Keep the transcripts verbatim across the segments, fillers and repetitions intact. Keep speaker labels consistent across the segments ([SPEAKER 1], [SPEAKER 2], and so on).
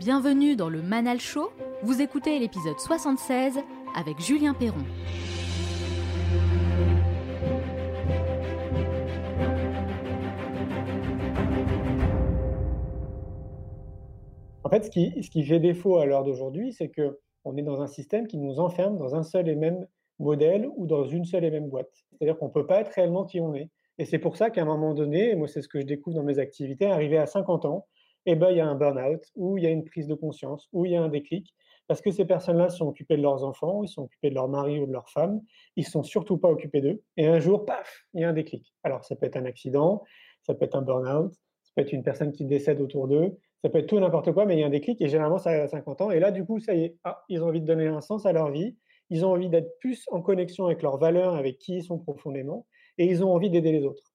[SPEAKER 1] Bienvenue dans le Manal Show, vous écoutez l'épisode soixante-seize avec Julien Perron.
[SPEAKER 2] En fait, ce qui, ce qui fait défaut à l'heure d'aujourd'hui, c'est qu'on est dans un système qui nous enferme dans un seul et même modèle ou dans une seule et même boîte. C'est-à-dire qu'on ne peut pas être réellement qui on est. Et c'est pour ça qu'à un moment donné, et moi c'est ce que je découvre dans mes activités, arrivé à cinquante ans, eh ben, il y a un burn-out, ou il y a une prise de conscience, ou il y a un déclic, parce que ces personnes-là sont occupées de leurs enfants, ils sont occupés de leur mari ou de leur femme, ils ne sont surtout pas occupés d'eux, et un jour, paf, il y a un déclic. Alors ça peut être un accident, ça peut être un burn-out, ça peut être une personne qui décède autour d'eux, ça peut être tout n'importe quoi, mais il y a un déclic, et généralement ça arrive à cinquante ans, et là du coup, ça y est, ah, ils ont envie de donner un sens à leur vie, ils ont envie d'être plus en connexion avec leurs valeurs, avec qui ils sont profondément, et ils ont envie d'aider les autres.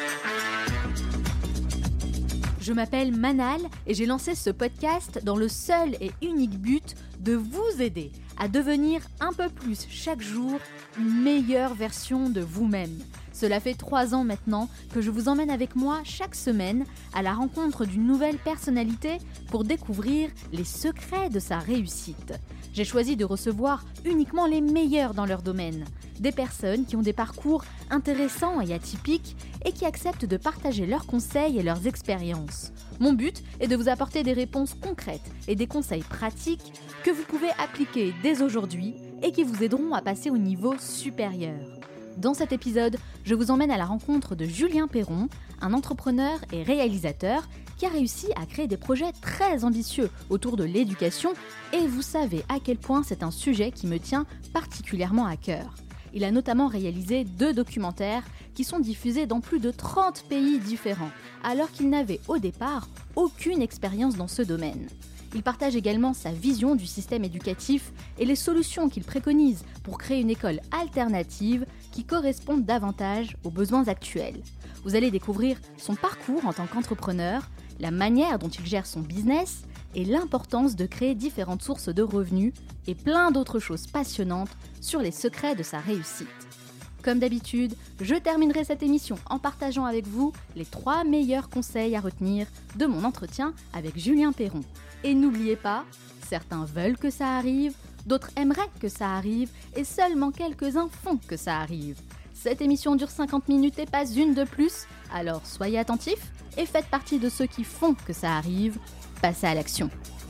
[SPEAKER 1] Je m'appelle Manal et j'ai lancé ce podcast dans le seul et unique but de vous aider à devenir un peu plus chaque jour une meilleure version de vous-même. Cela fait trois ans maintenant que je vous emmène avec moi chaque semaine à la rencontre d'une nouvelle personnalité pour découvrir les secrets de sa réussite. J'ai choisi de recevoir uniquement les meilleurs dans leur domaine, des personnes qui ont des parcours intéressants et atypiques et qui acceptent de partager leurs conseils et leurs expériences. Mon but est de vous apporter des réponses concrètes et des conseils pratiques que vous pouvez appliquer dès aujourd'hui et qui vous aideront à passer au niveau supérieur. Dans cet épisode, je vous emmène à la rencontre de Julien Perron, un entrepreneur et réalisateur qui a réussi à créer des projets très ambitieux autour de l'éducation et vous savez à quel point c'est un sujet qui me tient particulièrement à cœur. Il a notamment réalisé deux documentaires qui sont diffusés dans plus de trente pays différents, alors qu'il n'avait au départ aucune expérience dans ce domaine. Il partage également sa vision du système éducatif et les solutions qu'il préconise pour créer une école alternative qui corresponde davantage aux besoins actuels. Vous allez découvrir son parcours en tant qu'entrepreneur, la manière dont il gère son business et l'importance de créer différentes sources de revenus et plein d'autres choses passionnantes sur les secrets de sa réussite. Comme d'habitude, je terminerai cette émission en partageant avec vous les trois meilleurs conseils à retenir de mon entretien avec Julien Perron. Et n'oubliez pas, certains veulent que ça arrive, d'autres aimeraient que ça arrive et seulement quelques-uns font que ça arrive. Cette émission dure cinquante minutes et pas une de plus, alors soyez attentifs et faites partie de ceux qui font que ça arrive. Passez à l'action.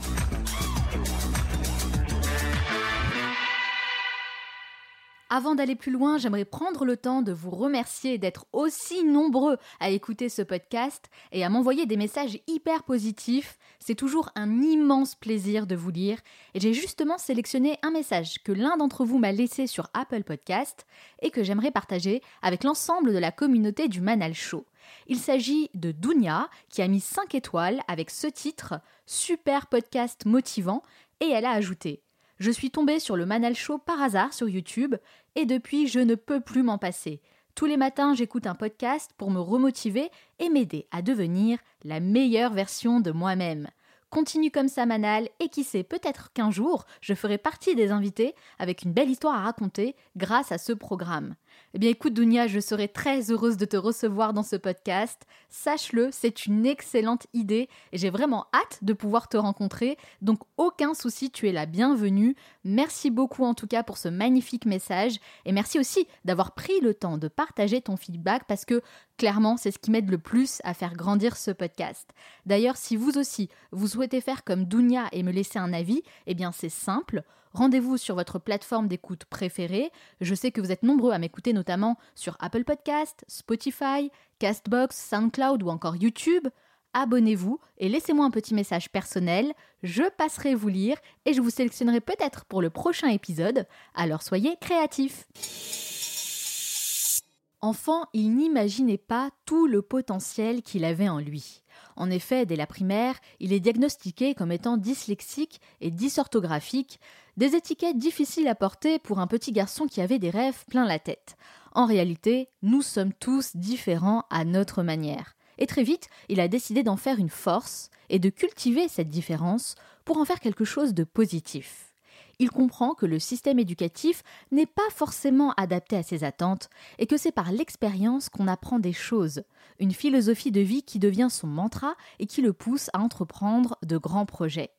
[SPEAKER 1] Avant d'aller plus loin, j'aimerais prendre le temps de vous remercier d'être aussi nombreux à écouter ce podcast et à m'envoyer des messages hyper positifs. C'est toujours un immense plaisir de vous lire et j'ai justement sélectionné un message que l'un d'entre vous m'a laissé sur Apple Podcast et que j'aimerais partager avec l'ensemble de la communauté du Manal Show. Il s'agit de Dounia qui a mis cinq étoiles avec ce titre « Super podcast motivant » et elle a ajouté « Je suis tombée sur le Manal Show par hasard sur YouTube et depuis je ne peux plus m'en passer. Tous les matins j'écoute un podcast pour me remotiver et m'aider à devenir la meilleure version de moi-même. Continue comme ça Manal et qui sait, peut-être qu'un jour je ferai partie des invités avec une belle histoire à raconter grâce à ce programme. » Eh bien écoute Dounia, je serai très heureuse de te recevoir dans ce podcast. Sache-le, c'est une excellente idée et j'ai vraiment hâte de pouvoir te rencontrer. Donc aucun souci, tu es la bienvenue. Merci beaucoup en tout cas pour ce magnifique message et merci aussi d'avoir pris le temps de partager ton feedback parce que clairement, c'est ce qui m'aide le plus à faire grandir ce podcast. D'ailleurs, si vous aussi, vous souhaitez faire comme Dounia et me laisser un avis, eh bien c'est simple. Rendez-vous sur votre plateforme d'écoute préférée. Je sais que vous êtes nombreux à m'écouter notamment sur Apple Podcast, Spotify, Castbox, SoundCloud ou encore YouTube. Abonnez-vous et laissez-moi un petit message personnel. Je passerai vous lire et je vous sélectionnerai peut-être pour le prochain épisode. Alors soyez créatifs. Enfant, il n'imaginait pas tout le potentiel qu'il avait en lui. En effet, dès la primaire, il est diagnostiqué comme étant dyslexique et dysorthographique, des étiquettes difficiles à porter pour un petit garçon qui avait des rêves plein la tête. En réalité, nous sommes tous différents à notre manière. Et très vite, il a décidé d'en faire une force et de cultiver cette différence pour en faire quelque chose de positif. Il comprend que le système éducatif n'est pas forcément adapté à ses attentes et que c'est par l'expérience qu'on apprend des choses, une philosophie de vie qui devient son mantra et qui le pousse à entreprendre de grands projets.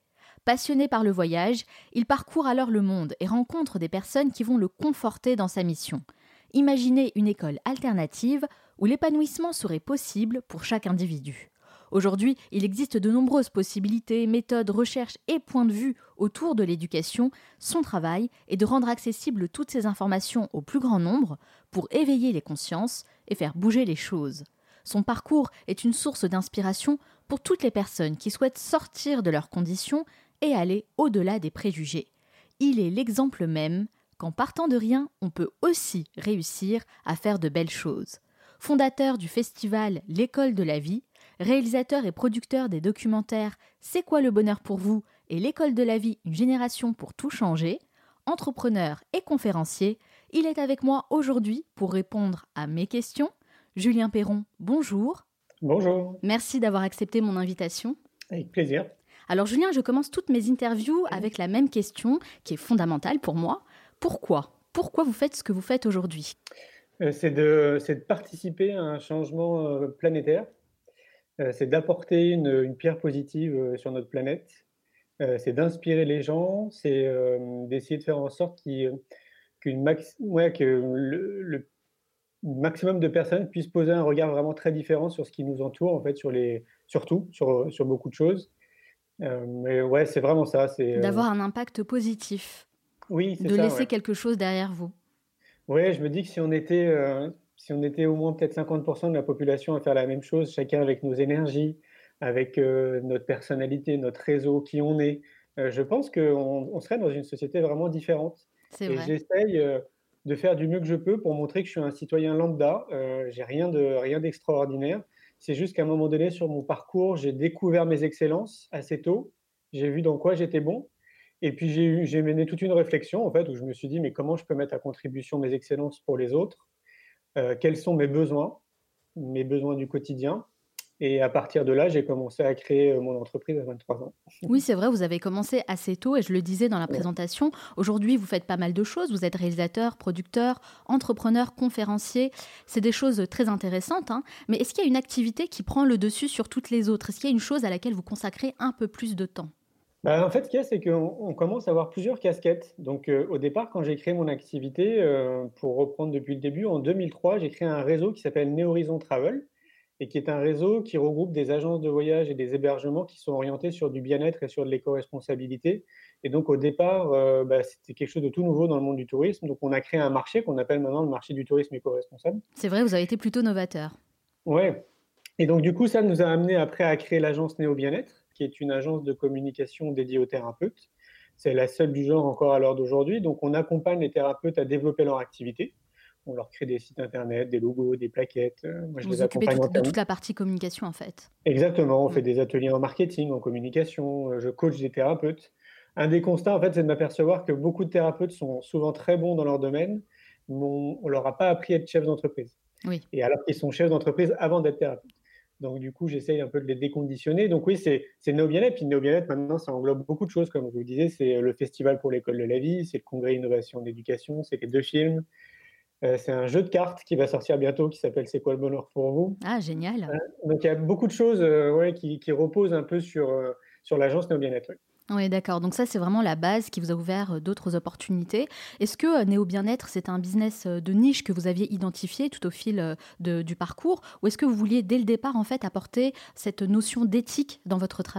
[SPEAKER 1] Passionné par le voyage, il parcourt alors le monde et rencontre des personnes qui vont le conforter dans sa mission. Imaginez une école alternative où l'épanouissement serait possible pour chaque individu. Aujourd'hui, il existe de nombreuses possibilités, méthodes, recherches et points de vue autour de l'éducation. Son travail est de rendre accessibles toutes ces informations au plus grand nombre pour éveiller les consciences et faire bouger les choses. Son parcours est une source d'inspiration pour toutes les personnes qui souhaitent sortir de leurs conditions et aller au-delà des préjugés. Il est l'exemple même qu'en partant de rien, on peut aussi réussir à faire de belles choses. Fondateur du festival L'école de la vie, réalisateur et producteur des documentaires C'est quoi le bonheur pour vous et L'école de la vie, une génération pour tout changer, entrepreneur et conférencier, il est avec moi aujourd'hui pour répondre à mes questions. Julien Perron, bonjour.
[SPEAKER 2] Bonjour.
[SPEAKER 1] Merci d'avoir accepté mon invitation.
[SPEAKER 2] Avec plaisir.
[SPEAKER 1] Alors Julien, je commence toutes mes interviews avec la même question qui est fondamentale pour moi. Pourquoi ? Pourquoi vous faites ce que vous faites aujourd'hui ?
[SPEAKER 2] Euh, c'est, de, c'est de participer à un changement euh, planétaire. Euh, c'est d'apporter une, une pierre positive euh, sur notre planète. Euh, c'est d'inspirer les gens. C'est euh, d'essayer de faire en sorte qu'il, qu'une max, ouais, que le, le maximum de personnes puissent poser un regard vraiment très différent sur ce qui nous entoure, en fait, sur les, surtout sur, sur beaucoup de choses. Euh, mais ouais, c'est vraiment ça. C'est, euh...
[SPEAKER 1] D'avoir un impact positif.
[SPEAKER 2] Oui, c'est
[SPEAKER 1] de
[SPEAKER 2] ça.
[SPEAKER 1] laisser
[SPEAKER 2] Ouais.
[SPEAKER 1] quelque chose derrière vous.
[SPEAKER 2] Oui, je me dis que si on était, euh, si on était au moins peut-être cinquante pour cent de la population à faire la même chose, chacun avec nos énergies, avec euh, notre personnalité, notre réseau, qui on est, euh, je pense qu'on on serait dans une société vraiment différente.
[SPEAKER 1] C'est
[SPEAKER 2] Et
[SPEAKER 1] vrai.
[SPEAKER 2] j'essaye euh, de faire du mieux que je peux pour montrer que je suis un citoyen lambda. Euh, j'ai rien de, rien d'extraordinaire. C'est juste qu'à un moment donné, sur mon parcours, j'ai découvert mes excellences assez tôt. J'ai vu dans quoi j'étais bon. Et puis j'ai, eu, j'ai mené toute une réflexion en fait, où je me suis dit mais comment je peux mettre à contribution mes excellences pour les autres, euh, quels sont mes besoins, mes besoins du quotidien. Et à partir de là, j'ai commencé à créer mon entreprise à vingt-trois ans.
[SPEAKER 1] Oui, c'est vrai, vous avez commencé assez tôt et je le disais dans la présentation. Aujourd'hui, vous faites pas mal de choses. Vous êtes réalisateur, producteur, entrepreneur, conférencier. C'est des choses très intéressantes. Hein. Mais est-ce qu'il y a une activité qui prend le dessus sur toutes les autres ? Est-ce qu'il y a une chose à laquelle vous consacrez un peu plus de temps ?
[SPEAKER 2] Bah, en fait, ce qu'il y a, c'est qu'on on commence à avoir plusieurs casquettes. Donc, euh, au départ, quand j'ai créé mon activité, euh, pour reprendre depuis le début, en deux mille trois, j'ai créé un réseau qui s'appelle Néhorizon Travel et qui est un réseau qui regroupe des agences de voyage et des hébergements qui sont orientés sur du bien-être et sur de l'éco-responsabilité. Et donc, au départ, euh, bah, c'était quelque chose de tout nouveau dans le monde du tourisme. Donc, on a créé un marché qu'on appelle maintenant le marché du tourisme éco-responsable.
[SPEAKER 1] C'est vrai, vous avez été plutôt novateur.
[SPEAKER 2] Ouais. Et donc, du coup, ça nous a amené après à créer l'agence Néo Bien-être, qui est une agence de communication dédiée aux thérapeutes. C'est la seule du genre encore à l'heure d'aujourd'hui. Donc, on accompagne les thérapeutes à développer leur activité. On leur crée des sites internet, des logos, des plaquettes. Moi, je
[SPEAKER 1] vous
[SPEAKER 2] les
[SPEAKER 1] occupez
[SPEAKER 2] accompagne
[SPEAKER 1] tout,
[SPEAKER 2] en
[SPEAKER 1] de
[SPEAKER 2] termes...
[SPEAKER 1] toute la partie communication, en fait.
[SPEAKER 2] Exactement. On
[SPEAKER 1] Mm.
[SPEAKER 2] fait des ateliers en marketing, en communication. Je coach des thérapeutes. Un des constats, en fait, c'est de m'apercevoir que beaucoup de thérapeutes sont souvent très bons dans leur domaine, mais on ne leur a pas appris à être chef d'entreprise.
[SPEAKER 1] Oui.
[SPEAKER 2] Et alors qu'ils sont chefs d'entreprise avant d'être thérapeutes. Donc, du coup, j'essaye un peu de les déconditionner. Donc, oui, c'est, c'est Néo Bien-être. Puis, Néo Bien-être, maintenant, ça englobe beaucoup de choses. Comme je vous disais, c'est le Festival pour l'école de la vie, c'est le Congrès Innovation d'éducation, c'est les deux films. Euh, c'est un jeu de cartes qui va sortir bientôt qui s'appelle C'est quoi le bonheur pour vous ?
[SPEAKER 1] Ah, génial.
[SPEAKER 2] Euh, donc, il y a beaucoup de choses euh, ouais, qui, qui reposent un peu sur, euh, sur l'agence Néo Bien-être. Oui.
[SPEAKER 1] Oui, d'accord. Donc ça, c'est vraiment la base qui vous a ouvert d'autres opportunités. Est-ce que euh, Néo Bien-être, c'est un business de niche que vous aviez identifié tout au fil de, du parcours, ou est-ce que vous vouliez dès le départ en fait apporter cette notion d'éthique dans votre travail ?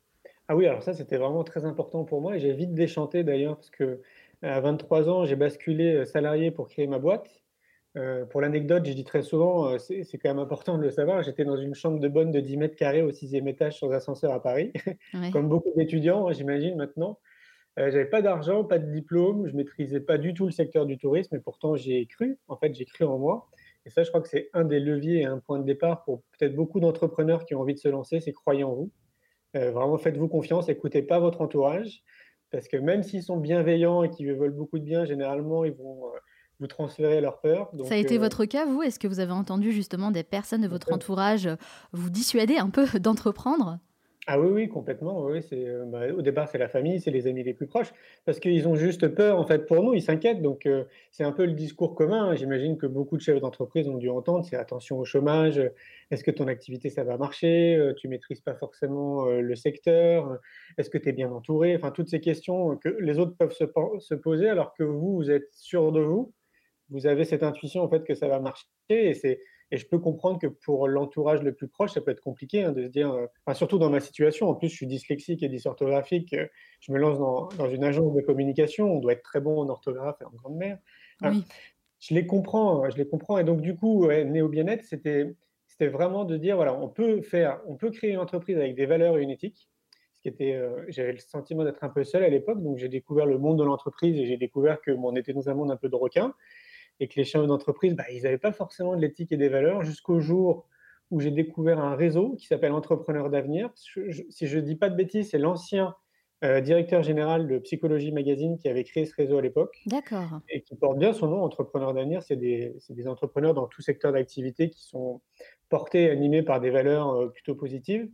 [SPEAKER 2] Ah oui, alors ça, c'était vraiment très important pour moi et j'ai vite déchanté d'ailleurs parce que à vingt-trois ans, j'ai basculé salarié pour créer ma boîte. Euh, pour l'anecdote, je dis très souvent, euh, c'est, c'est quand même important de le savoir, j'étais dans une chambre de bonne de dix mètres carrés au sixième étage sans ascenseur à Paris,
[SPEAKER 1] Ouais.
[SPEAKER 2] comme beaucoup d'étudiants, j'imagine maintenant. Euh, j'avais pas d'argent, pas de diplôme, je maîtrisais pas du tout le secteur du tourisme et pourtant j'y ai cru, en fait j'ai cru en moi. Et ça, je crois que c'est un des leviers et un point de départ pour peut-être beaucoup d'entrepreneurs qui ont envie de se lancer, c'est croyez en vous. Euh, vraiment, faites-vous confiance, écoutez pas votre entourage, parce que même s'ils sont bienveillants et qu'ils veulent beaucoup de bien, généralement, ils vont... Euh, vous transférez leur peur. Donc,
[SPEAKER 1] ça a été
[SPEAKER 2] euh,
[SPEAKER 1] votre cas, vous ? Est-ce que vous avez entendu justement des personnes de votre entourage vous dissuader un peu d'entreprendre ?
[SPEAKER 2] Ah oui, oui, complètement, oui, oui, c'est, heu, bah, au départ, c'est la famille, c'est les amis les plus proches, parce qu'ils ont juste peur, en fait, pour nous, ils s'inquiètent, donc heu, c'est un peu le discours commun, hein. J'imagine que beaucoup de chefs d'entreprise ont dû entendre, c'est: «Attention au chômage, heu, est-ce que ton activité, ça va marcher? Heu, tu maîtrises pas forcément, heu, le secteur, heu, est-ce que tu es bien entouré?» Enfin, toutes ces questions, heu, que les autres peuvent se pen se poser alors que vous, vous êtes sûr de vous. Vous avez cette intuition, en fait, que ça va marcher et c'est et je peux comprendre que pour l'entourage le plus proche, ça peut être compliqué, hein, de se dire, heu enfin, surtout dans ma situation, en plus, je suis dyslexique et dysorthographique, heu, je me lance dans dans une agence de communication, on doit être très bon en orthographe et en grammaire. Enfin,
[SPEAKER 1] Oui.
[SPEAKER 2] je les comprends, heu, je les comprends et donc du coup, ouais, Néo Bien-être, c'était c'était vraiment de dire, voilà, on peut faire on peut créer une entreprise avec des valeurs et une éthique. Ce qui était, heu j'avais le sentiment d'être un peu seul à l'époque, donc j'ai découvert le monde de l'entreprise et j'ai découvert que, bon, on était dans un monde un peu de requins et que les chefs d'entreprise, bah, ils n'avaient pas forcément de l'éthique et des valeurs jusqu'au jour où j'ai découvert un réseau qui s'appelle Entrepreneurs d'avenir. Je je si je dis pas de bêtises, c'est l'ancien, heu, directeur général de Psychologie Magazine qui avait créé ce réseau à l'époque
[SPEAKER 1] D'accord.
[SPEAKER 2] et qui porte bien son nom, Entrepreneurs d'avenir. C'est des c'est des entrepreneurs dans tout secteur d'activité qui sont portés et animés par des valeurs, heu, plutôt positives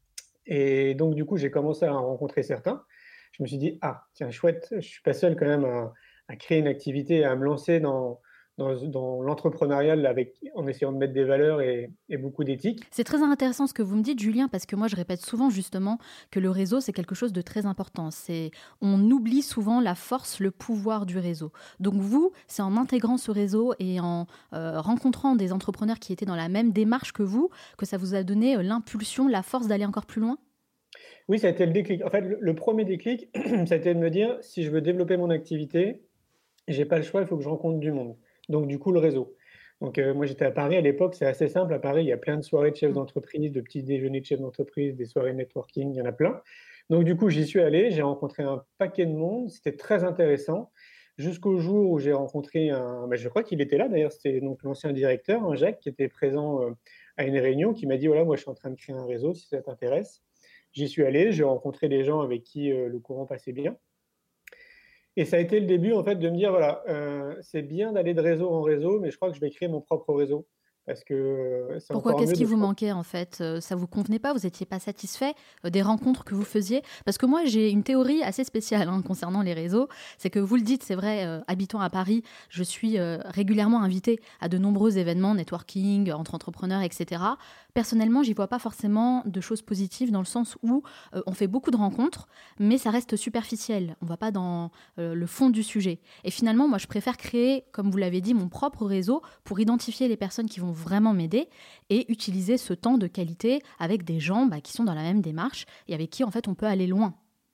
[SPEAKER 2] et donc du coup, j'ai commencé à en rencontrer certains. Je me suis dit: «Ah tiens chouette, je suis pas seul quand même à à créer une activité et à me lancer dans dans dans l'entrepreneurial avec en essayant de mettre des valeurs et et beaucoup d'éthique».
[SPEAKER 1] C'est très intéressant ce que vous me dites, Julien, parce que moi, je répète souvent justement que le réseau, c'est quelque chose de très important. C'est, on oublie souvent la force, le pouvoir du réseau. Donc vous, c'est en intégrant ce réseau et en euh, rencontrant des entrepreneurs qui étaient dans la même démarche que vous, que ça vous a donné euh, l'impulsion, la force d'aller encore plus loin?
[SPEAKER 2] Oui, ça a été le déclic. En fait, le le premier déclic, ça a été de me dire: «Si je veux développer mon activité, j'ai pas le choix, il faut que je rencontre du monde». Donc du coup, le réseau. Donc heu, moi, j'étais à Paris à l'époque, c'est assez simple. À Paris, il y a plein de soirées de chefs
[SPEAKER 1] Mm.
[SPEAKER 2] d'entreprise, de petits déjeuners de chefs d'entreprise, des soirées networking, il y en a plein. Donc du coup, j'y suis allé, j'ai rencontré un paquet de monde, c'était très intéressant, jusqu'au jour où j'ai rencontré un bah, je crois qu'il était là d'ailleurs, c'était donc l'ancien directeur, hein, Jacques, qui était présent, heu, à une réunion, qui m'a dit: «Voilà, moi, je suis en train de créer un réseau, si ça t'intéresse». J'y suis allé, j'ai rencontré des gens avec qui, heu, le courant passait bien et ça a été le début, en fait, de me dire: «Voilà, heu, c'est bien d'aller de réseau en réseau, mais je crois que je vais créer mon propre réseau parce que, heu, c'est
[SPEAKER 1] Pourquoi?
[SPEAKER 2] encore
[SPEAKER 1] Qu'est-ce
[SPEAKER 2] mieux
[SPEAKER 1] qui
[SPEAKER 2] de».
[SPEAKER 1] vous manquait en fait? Heu, ça vous convenait pas? Vous étiez pas satisfait, heu, des rencontres que vous faisiez? Parce que moi, j'ai une théorie assez spéciale, hein, concernant les réseaux. C'est que vous le dites, c'est vrai, heu, habitant à Paris, je suis, heu, régulièrement invitée à de nombreux événements, networking, entre entrepreneurs et cetera. Personnellement, j'y vois pas forcément de choses positives dans le sens où, heu, on fait beaucoup de rencontres, mais ça reste superficiel. On va pas dans, heu, le fond du sujet et finalement, moi, je préfère créer, comme vous l'avez dit, mon propre réseau pour identifier les personnes qui vont vraiment m'aider et utiliser ce temps de qualité avec des gens bah, qui sont dans la même démarche et avec qui en fait on peut aller loin.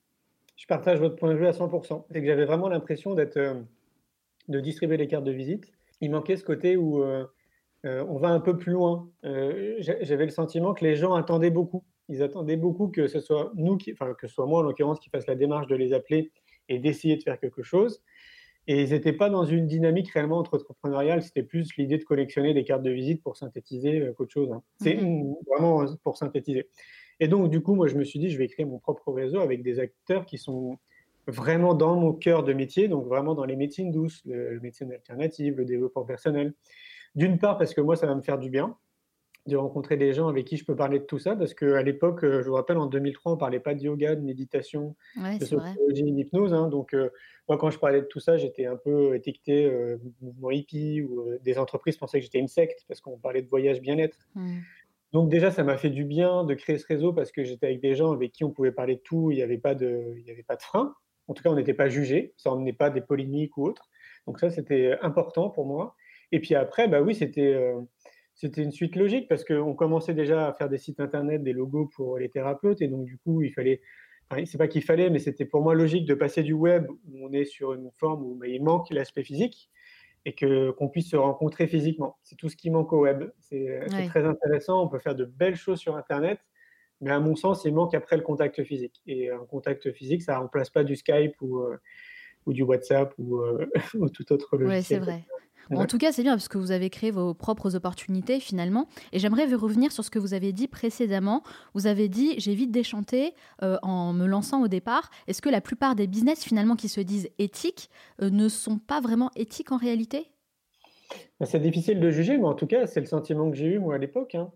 [SPEAKER 2] Je partage votre point de vue à cent. C'est que j'avais vraiment l'impression d'être, hem, de distribuer les cartes de visite. Il manquait ce côté où, heu heu, on va un peu plus loin. Heu, j'a j'avais le sentiment que les gens attendaient beaucoup. Ils attendaient beaucoup que ce soit nous qui enfin, que ce soit moi en l'occurrence qui fasse la démarche de les appeler et d'essayer de faire quelque chose. Et ils étaient pas dans une dynamique réellement entrepreneuriale, c'était plus l'idée de collectionner des cartes de visite pour synthétiser, heu, qu'autre chose, hein. C'est
[SPEAKER 1] Mhm.
[SPEAKER 2] mmh, vraiment, heu, pour synthétiser. Et donc du coup, moi, je me suis dit: «Je vais créer mon propre réseau avec des acteurs qui sont vraiment dans mon cœur de métier», donc vraiment dans les médecines douces, le médecine alternative, le développement personnel. D'une part parce que moi, ça va me faire du bien de rencontrer des gens avec qui je peux parler de tout ça parce qu'à l'époque, heu, je vous rappelle en deux mille trois, on parlait pas de yoga, de méditation,
[SPEAKER 1] Ouais,
[SPEAKER 2] de
[SPEAKER 1] c'est vrai.
[SPEAKER 2] sophrologie, d'hypnose, hein, donc heu, moi quand je parlais de tout ça, j'étais un peu étiqueté, heu, mouvement hippie ou heu, des entreprises pensaient que j'étais une secte parce qu'on parlait de voyage bien-être.
[SPEAKER 1] Mhm.
[SPEAKER 2] Donc déjà, ça m'a fait du bien de créer ce réseau parce que j'étais avec des gens avec qui on pouvait parler de tout, il y avait pas de il y avait pas de frein. En tout cas, on n'était pas jugés, ça emmenait pas des polémiques ou autre. Donc ça, c'était important pour moi et puis après, bah oui, c'était, heu, c'était une suite logique parce qu'on commençait déjà à faire des sites internet, des logos pour les thérapeutes et donc du coup, il fallait enfin, c'est pas qu'il fallait, mais c'était pour moi logique de passer du web où on est sur une forme où, bah, il manque l'aspect physique et que qu'on puisse se rencontrer physiquement. C'est tout ce qui manque au web. C'est, heu, c'est
[SPEAKER 1] Ouais.
[SPEAKER 2] très intéressant, on peut faire de belles choses sur internet, mais à mon sens, il manque après le contact physique et un contact physique, ça remplace pas du Skype ou, heu, ou du WhatsApp ou, heu, ou tout autre
[SPEAKER 1] Ouais, c'est
[SPEAKER 2] logiciel comme
[SPEAKER 1] vrai.
[SPEAKER 2] ça.
[SPEAKER 1] Bon, en
[SPEAKER 2] Ouais.
[SPEAKER 1] tout cas, c'est bien parce que vous avez créé vos propres opportunités finalement. Et j'aimerais vous revenir sur ce que vous avez dit précédemment. Vous avez dit, j'ai vite déchanté euh, en me lançant au départ. Est-ce que la plupart des business finalement qui se disent éthiques euh, ne sont pas vraiment éthiques en réalité?
[SPEAKER 2] Bah, c'est difficile de juger, mais en tout cas, c'est le sentiment que j'ai eu moi à l'époque, hein.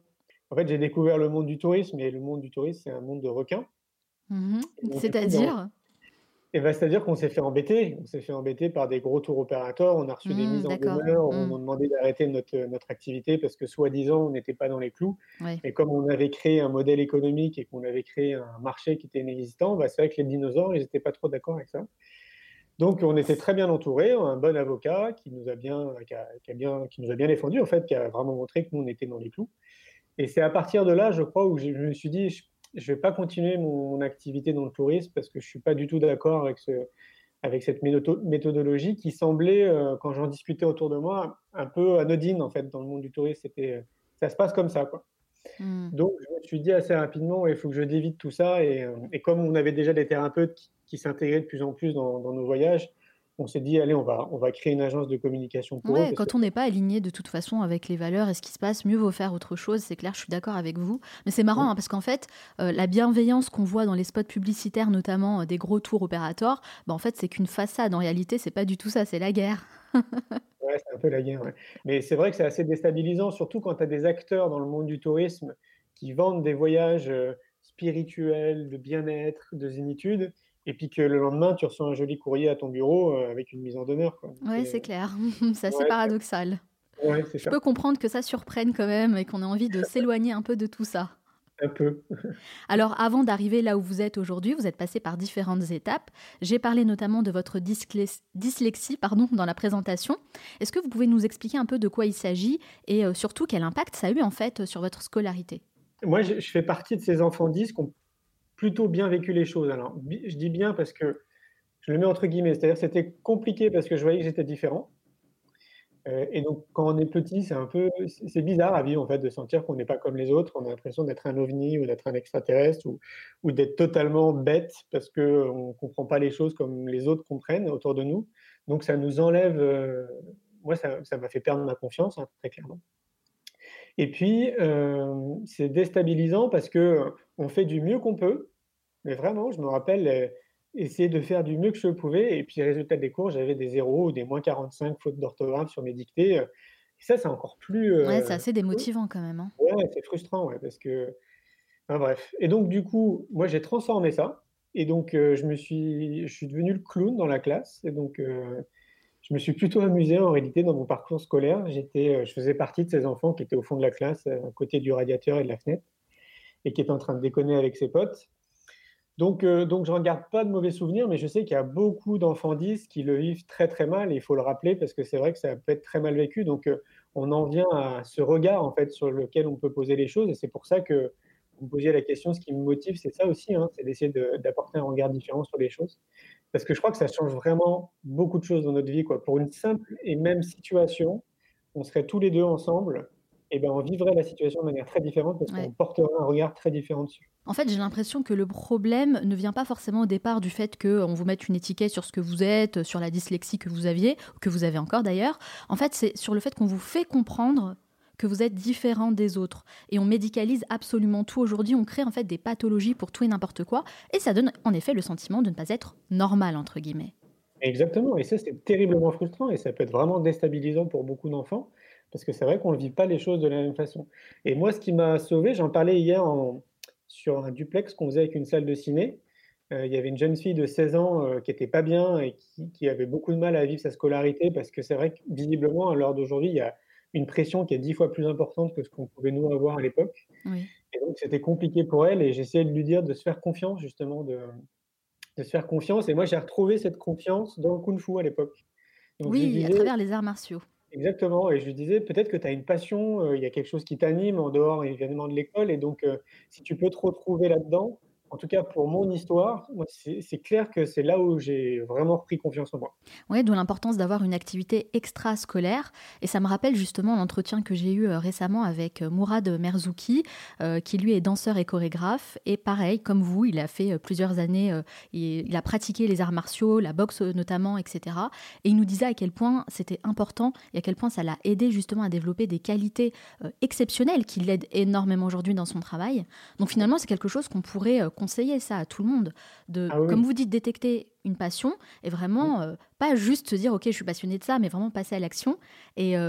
[SPEAKER 2] En fait, j'ai découvert le monde du tourisme et le monde du tourisme, c'est un monde de requins.
[SPEAKER 1] Mmh.
[SPEAKER 2] Et donc du coup, ben,
[SPEAKER 1] C'est-à-dire?
[SPEAKER 2] et bah, c'est-à-dire qu'on s'est fait embêter. On s'est fait embêter par des gros tours opérateurs. On a reçu des
[SPEAKER 1] Mmh,
[SPEAKER 2] mises en
[SPEAKER 1] d'accord.
[SPEAKER 2] demeure, on
[SPEAKER 1] Mmh.
[SPEAKER 2] nous demandait d'arrêter notre, heu, notre activité parce que soi-disant, on n'était pas dans les clous.
[SPEAKER 1] Ouais.
[SPEAKER 2] Mais comme on avait créé un modèle économique et qu'on avait créé un marché qui était inexistant, bah, c'est vrai que les dinosaures, ils étaient pas trop d'accord avec ça. Donc on était très bien entourés, on a un bon avocat qui nous a bien qui a qui a bien qui nous a bien défendus en fait, qui a vraiment montré que nous, on était dans les clous. Et c'est à partir de là, je crois, où j'ai je me suis dit: «Je je vais pas continuer mon mon activité dans le tourisme parce que je suis pas du tout d'accord avec ce avec cette ménoto méthodologie qui semblait, heu, quand j'en discutais autour de moi, un peu anodine, en fait, dans le monde du tourisme. C'était, heu, ça se passe comme ça, quoi.
[SPEAKER 1] Mmh.
[SPEAKER 2] Donc je me suis dit assez rapidement: «Il faut que je dévide tout ça» et hem et comme on avait déjà des thérapeutes qui qui s'intégraient de plus en plus dans dans nos voyages, on s'est dit: «Allez, on va on va créer une agence de communication pour eux»
[SPEAKER 1] Ouais,
[SPEAKER 2] parce que
[SPEAKER 1] quand on n'est pas aligné de toute façon avec les valeurs et ce qui se passe, mieux vaut faire autre chose, c'est clair, je suis d'accord avec vous. Mais c'est marrant,
[SPEAKER 2] mmh,
[SPEAKER 1] hein, parce qu'en fait, heu, la bienveillance qu'on voit dans les spots publicitaires, notamment, heu, des gros tours opérateurs, bah, en fait, c'est qu'une façade. En réalité, c'est pas du tout ça, c'est la guerre.
[SPEAKER 2] ouais, c'est un peu la guerre, ouais. Mais c'est vrai que c'est assez déstabilisant, surtout quand tu as des acteurs dans le monde du tourisme qui vendent des voyages, heu, spirituels, de bien-être, de zénitude et puis que le lendemain, tu reçois un joli courrier à ton bureau, heu, avec une mise en demeure, quoi.
[SPEAKER 1] Ouais,
[SPEAKER 2] C'est,
[SPEAKER 1] c'est
[SPEAKER 2] heu,
[SPEAKER 1] clair. C'est assez
[SPEAKER 2] ouais, c'est
[SPEAKER 1] paradoxal.
[SPEAKER 2] ouais, c'est
[SPEAKER 1] Je
[SPEAKER 2] ça,
[SPEAKER 1] peux comprendre que ça surprenne quand même et qu'on ait envie de s'éloigner un peu de tout ça.
[SPEAKER 2] un peu.
[SPEAKER 1] Alors, avant d'arriver là où vous êtes aujourd'hui, vous êtes passé par différentes étapes. J'ai parlé notamment de votre dysclés- dyslexie pardon, dans la présentation. Est-ce que vous pouvez nous expliquer un peu de quoi il s'agit et euh, surtout quel impact ça a eu en fait sur votre scolarité?
[SPEAKER 2] Moi, je je fais partie de ces enfants dys qui ont plutôt bien vécu les choses. Alors, bi je dis bien parce que je le mets entre guillemets, c'est-à-dire que c'était compliqué parce que je voyais que j'étais différent. Heu et donc quand on est petit, c'est un peu c'est c'est bizarre à vivre en fait de sentir qu'on n'est pas comme les autres. On a l'impression d'être un ovni ou d'être un extraterrestre ou ou d'être totalement bête parce qu'on comprend pas les choses comme les autres comprennent autour de nous. Donc ça nous enlève, heu, moi ça ça m'a fait perdre ma confiance, hein, très clairement. Et puis, hem, c'est déstabilisant parce qu'on fait du mieux qu'on peut, mais vraiment, je me rappelle, heu, essayer de faire du mieux que je pouvais et puis résultat des cours, j'avais des zéro ou des moins quarante-cinq fautes d'orthographe sur mes dictées, heu et ça, c'est encore plus,
[SPEAKER 1] Ouais, c'est
[SPEAKER 2] heu,
[SPEAKER 1] assez démotivant quand même, hein.
[SPEAKER 2] ouais, c'est frustrant, ouais, parce que enfin bref et donc du coup, moi, j'ai transformé ça et donc heu, je me suis je suis devenu le clown dans la classe et donc heu, je me suis plutôt amusé en réalité dans mon parcours scolaire. J'étais, heu, je faisais partie de ces enfants qui étaient au fond de la classe, heu, à côté du radiateur et de la fenêtre et qui étaient en train de déconner avec ses potes. Donc heu, donc je ne regarde pas de mauvais souvenirs, mais je sais qu'il y a beaucoup d'enfants dys qui le vivent très, très mal et il faut le rappeler parce que c'est vrai que ça peut être très mal vécu. Donc heu, on en vient à ce regard, en fait, sur lequel on peut poser les choses et c'est pour ça que vous me posiez la question, ce qui me motive, c'est ça aussi, hein, c'est d'essayer de d'apporter un regard différent sur les choses. Parce que je crois que ça change vraiment beaucoup de choses dans notre vie, quoi. Pour une simple et même situation, on serait tous les deux ensemble et ben, on vivrait la situation de manière très différente parce
[SPEAKER 1] Ouais.
[SPEAKER 2] qu'on porterait un regard très différent dessus.
[SPEAKER 1] En fait, j'ai l'impression que le problème ne vient pas forcément au départ du fait qu'on vous mette une étiquette sur ce que vous êtes, sur la dyslexie que vous aviez, ou que vous avez encore d'ailleurs. En fait, c'est sur le fait qu'on vous fait comprendre que vous êtes différent des autres. Et on médicalise absolument tout aujourd'hui. On crée en fait des pathologies pour tout et n'importe quoi. Et ça donne en effet le sentiment de ne pas être normal, entre guillemets.
[SPEAKER 2] Exactement et ça, c'est terriblement frustrant et ça peut être vraiment déstabilisant pour beaucoup d'enfants, parce que c'est vrai qu'on ne vit pas les choses de la même façon et moi, ce qui m'a sauvé, j'en parlais hier en sur un duplex qu'on faisait avec une salle de ciné. Heu, il y avait une jeune fille de seize ans, heu, qui était pas bien et qui qui avait beaucoup de mal à vivre sa scolarité parce que c'est vrai que visiblement, à l'heure d'aujourd'hui, il y a une pression qui est dix fois plus importante que ce qu'on pouvait nous avoir à l'époque
[SPEAKER 1] Oui.
[SPEAKER 2] et donc c'était compliqué pour elle et j'essayais de lui dire de se faire confiance justement, de de se faire confiance et moi, j'ai retrouvé cette confiance dans le kung-fu à l'époque. Donc je lui
[SPEAKER 1] Oui, à
[SPEAKER 2] disais
[SPEAKER 1] travers les arts martiaux.
[SPEAKER 2] exactement et je lui disais: «Peut-être que tu as une passion, heu, il y a quelque chose qui t'anime en dehors évidemment de l'école et donc heu, si tu peux te retrouver là-dedans». En tout cas pour mon histoire, moi c'est c'est clair que c'est là où j'ai vraiment repris confiance en moi.
[SPEAKER 1] Ouais, d'où l'importance d'avoir une activité extrascolaire. Et ça me rappelle justement l'entretien que j'ai eu euh, récemment avec euh, Mourad Merzouki, euh, qui lui est danseur et chorégraphe. Et pareil, comme vous, il a fait euh, plusieurs années, euh, il, il a pratiqué les arts martiaux, la boxe euh, notamment, et cetera. Et il nous disait à quel point c'était important et à quel point ça l'a aidé justement à développer des qualités euh, exceptionnelles qui l'aident énormément aujourd'hui dans son travail. Donc finalement, c'est quelque chose qu'on pourrait euh, conseiller ça à tout le monde. De,
[SPEAKER 2] Ah oui,
[SPEAKER 1] comme
[SPEAKER 2] oui.
[SPEAKER 1] vous dites, détecter une passion et
[SPEAKER 2] Mmh.
[SPEAKER 1] vraiment euh, pas juste se dire ok je suis passionné de ça mais vraiment passer à l'action et, euh,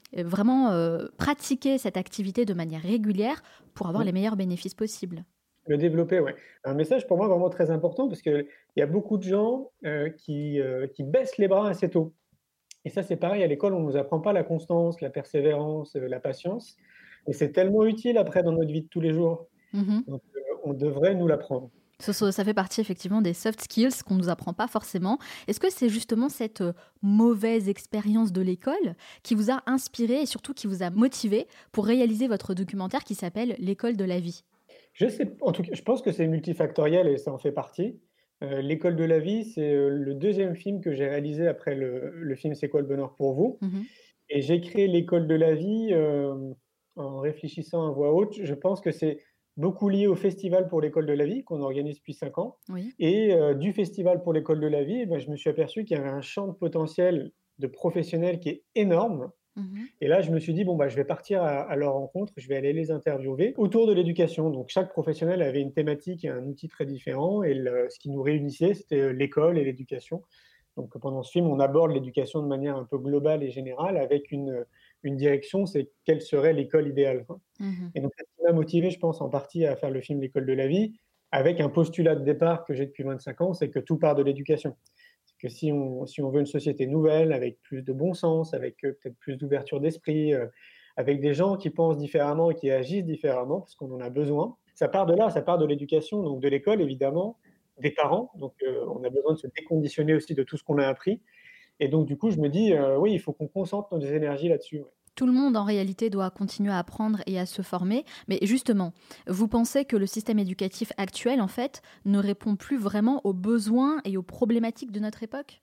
[SPEAKER 1] euh, vraiment euh, pratiquer cette activité de manière régulière pour avoir
[SPEAKER 2] Mmh.
[SPEAKER 1] les meilleurs bénéfices possibles.
[SPEAKER 2] Le développer, ouais. Un message pour moi vraiment très important parce qu'il y a beaucoup de gens, heu, qui, heu, qui baissent les bras assez tôt et ça, c'est pareil à l'école, on nous apprend pas la constance, la persévérance, heu, la patience et c'est tellement utile après dans notre vie de tous les jours,
[SPEAKER 1] Mhm.
[SPEAKER 2] donc heu, on devrait nous l'apprendre.
[SPEAKER 1] Ça, ça- ça fait partie effectivement des soft skills qu'on ne nous apprend pas forcément. Est-ce que c'est justement cette euh, mauvaise expérience de l'école qui vous a inspiré et surtout qui vous a motivé pour réaliser votre documentaire qui s'appelle L'école de la vie?
[SPEAKER 2] Je sais en tout cas, je pense que c'est multifactoriel et ça en fait partie. Heu, L'école de la vie, c'est, heu, le deuxième film que j'ai réalisé après le le film C'est quoi le bonheur pour vous?
[SPEAKER 1] Mhm.
[SPEAKER 2] Et j'ai créé l'école de la vie, hem, en réfléchissant à voix haute. Je pense que c'est beaucoup lié au festival pour l'école de la vie qu'on organise depuis cinq ans
[SPEAKER 1] Oui.
[SPEAKER 2] et heu, du festival pour l'école de la vie, eh bah, je me suis aperçu qu'il y avait un champ de potentiel de professionnels qui est énorme
[SPEAKER 1] Mhm.
[SPEAKER 2] et là, je me suis dit: «Bon, bah, je vais partir à à leur rencontre, je vais aller les interviewer autour de l'éducation». Donc chaque professionnel avait une thématique et un outil très différent et le ce qui nous réunissait, c'était, heu, l'école et l'éducation. Donc pendant ce film, on aborde l'éducation de manière un peu globale et générale avec une, une direction, c'est quelle serait l'école idéale, quoi.
[SPEAKER 1] Mhm.
[SPEAKER 2] Et donc c'est ce qui m'a motivé, je pense, en partie à faire le film L'école de la vie, avec un postulat de départ que j'ai depuis vingt-cinq ans, c'est que tout part de l'éducation. C'est que si on si on veut une société nouvelle, avec plus de bon sens, avec, heu, peut-être plus d'ouverture d'esprit, heu, avec des gens qui pensent différemment et qui agissent différemment, parce qu'on en a besoin, ça part de là, ça part de l'éducation, donc de l'école évidemment, des parents, donc heu, on a besoin de se déconditionner aussi de tout ce qu'on a appris et donc du coup, je me dis, heu: «Oui, il faut qu'on concentre nos énergies là-dessus», ouais.
[SPEAKER 1] Tout le monde en réalité doit continuer à apprendre et à se former. Mais justement, vous pensez que le système éducatif actuel, en fait, ne répond plus vraiment aux besoins et aux problématiques de notre époque?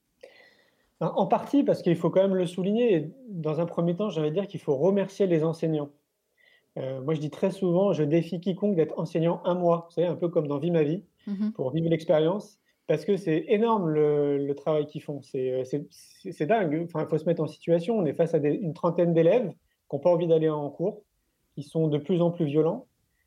[SPEAKER 2] En en partie parce qu'il faut quand même le souligner et dans un premier temps, j'ai envie de dire qu'il faut remercier les enseignants. Heu, moi, je dis très souvent: «Je défie quiconque d'être enseignant un mois», vous savez, un peu comme dans Vie ma vie,
[SPEAKER 1] Mhm.
[SPEAKER 2] pour vivre l'expérience, parce que c'est énorme le le travail qu'ils font. C'est, heu, c'est c'est c'est dingue, enfin, il faut se mettre en situation. On est face à des une trentaine d'élèves qui ont pas envie d'aller en cours, qui sont de plus en plus violents,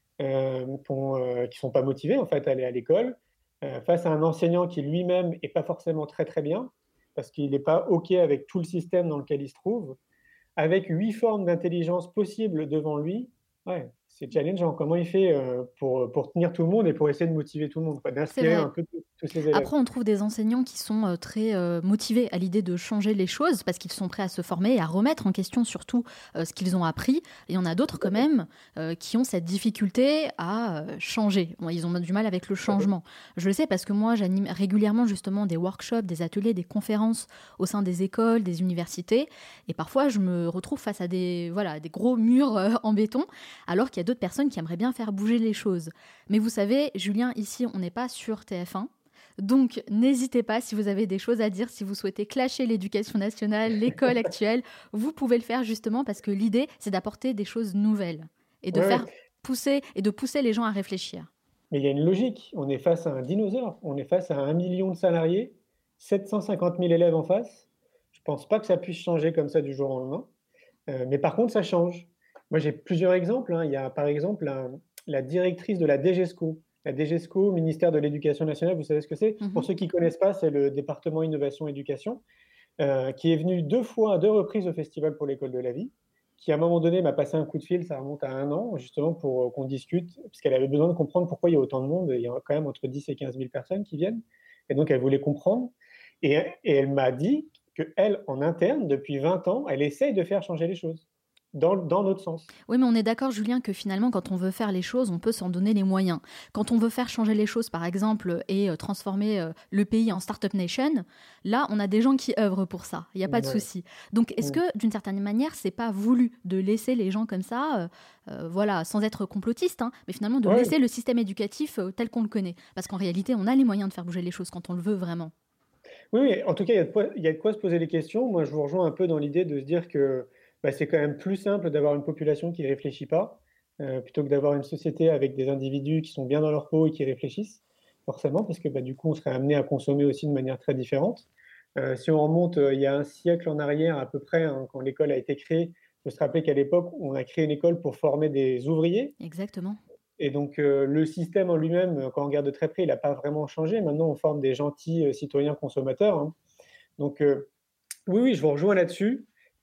[SPEAKER 2] hem, qui ont, heu, qui sont pas motivés, en fait, à aller à l'école, heu, face à un enseignant qui lui-même est pas forcément très, très bien, parce qu'il est pas OK avec tout le système dans lequel il se trouve. Avec huit formes d'intelligence possibles devant lui, ouais, c'est challengeant. Comment il fait, heu, pour, pour tenir tout le monde et pour essayer de motiver tout le monde, quoi,
[SPEAKER 1] C'est
[SPEAKER 2] d'inspirer un
[SPEAKER 1] vrai.
[SPEAKER 2] peu tous tous ses élèves?
[SPEAKER 1] Après, on trouve des enseignants qui sont euh, très euh, motivés à l'idée de changer les choses parce qu'ils sont prêts à se former et à remettre en question surtout euh, ce qu'ils ont appris. Et il y en a d'autres quand même euh, qui ont cette difficulté à euh, changer. Bon, ils ont du mal avec le
[SPEAKER 2] Tout à fait.
[SPEAKER 1] changement. Je le sais parce que moi, j'anime régulièrement justement des workshops, des ateliers, des conférences au sein des écoles, des universités. Et parfois, je me retrouve face à des, voilà, des gros murs euh, en béton, alors qu'il y a d'autres personnes qui aimeraient bien faire bouger les choses. Mais vous savez, Julien, ici, on n'est pas sur T F un. Donc, n'hésitez pas si vous avez des choses à dire, si vous souhaitez clasher l'éducation nationale, l'école actuelle, vous pouvez le faire justement parce que l'idée, c'est d'apporter des choses nouvelles et de
[SPEAKER 2] Ouais, ouais,
[SPEAKER 1] faire pousser et de pousser les gens à réfléchir.
[SPEAKER 2] mais il y a une logique. On est face à un dinosaure. On est face à un million de salariés, sept cent cinquante mille élèves en face. Je pense pas que ça puisse changer comme ça du jour au lendemain, heu, mais par contre, ça change. Moi, j'ai plusieurs exemples, hein. Il y a, par exemple, la la directrice de la DGESCO. La DGESCO, ministère de l'Éducation nationale, vous savez ce que c'est? Pour
[SPEAKER 1] Mhm.
[SPEAKER 2] ceux qui connaissent pas, c'est le département innovation éducation. Heu, qui est venu deux fois, à deux reprises au Festival pour l'école de la vie, qui à un moment donné m'a passé un coup de fil, ça remonte à un an, justement pour, heu, qu'on discute, parce qu'elle avait besoin de comprendre pourquoi il y a autant de monde. Il y a quand même entre dix et quinze mille personnes qui viennent et donc elle voulait comprendre et et elle m'a dit qu'elle, en interne, depuis vingt ans, elle essaye de faire changer les choses dans dans notre sens.
[SPEAKER 1] Oui, mais on est d'accord, Julien, que finalement, quand on veut faire les choses, on peut s'en donner les moyens. Quand on veut faire changer les choses, par exemple, et euh, transformer euh, le pays en Startup Nation, là, on a des gens qui œuvrent pour ça. Il n'y a pas de
[SPEAKER 2] Ouais.
[SPEAKER 1] souci. Donc, est-ce
[SPEAKER 2] Mmh.
[SPEAKER 1] que, d'une certaine manière, c'est pas voulu de laisser les gens comme ça, euh, euh, voilà, sans être complotiste, hein, mais finalement de
[SPEAKER 2] Ouais.
[SPEAKER 1] laisser le système éducatif euh, tel qu'on le connaît? Parce qu'en réalité, on a les moyens de faire bouger les choses quand on le veut vraiment.
[SPEAKER 2] Oui, oui, en tout cas, il y a de quoi il y a de quoi se poser les questions. Moi, je vous rejoins un peu dans l'idée de se dire que, bah, c'est quand même plus simple d'avoir une population qui réfléchit pas, heu, plutôt que d'avoir une société avec des individus qui sont bien dans leur peau et qui réfléchissent, forcément, parce que, bah, du coup, on serait amené à consommer aussi de manière très différente. Heu, si on remonte, heu, il y a un siècle en arrière à peu près, hein, quand l'école a été créée, il faut se rappeler qu'à l'époque, on a créé une école pour former des ouvriers
[SPEAKER 1] Exactement.
[SPEAKER 2] et donc, heu, le système en lui-même, heu, quand on regarde de très près, il a pas vraiment changé. Maintenant, on forme des gentils, heu, citoyens consommateurs, hein. Donc, heu, oui, oui, je vous rejoins là-dessus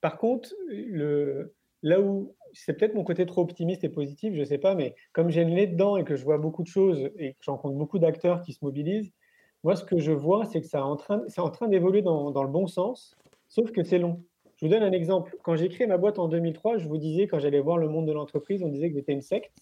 [SPEAKER 2] Par contre, le là où c'est peut-être mon côté trop optimiste et positif, je ne sais pas, mais comme j'ai le nez dedans et que je vois beaucoup de choses et que je rencontre beaucoup d'acteurs qui se mobilisent, moi, ce que je vois, c'est que ça est en train c'est en train d'évoluer dans dans le bon sens, sauf que c'est long. Je vous donne un exemple. Quand j'ai créé ma boîte en deux mille trois, je vous disais, quand j'allais voir le monde de l'entreprise, on disait que j'étais une secte.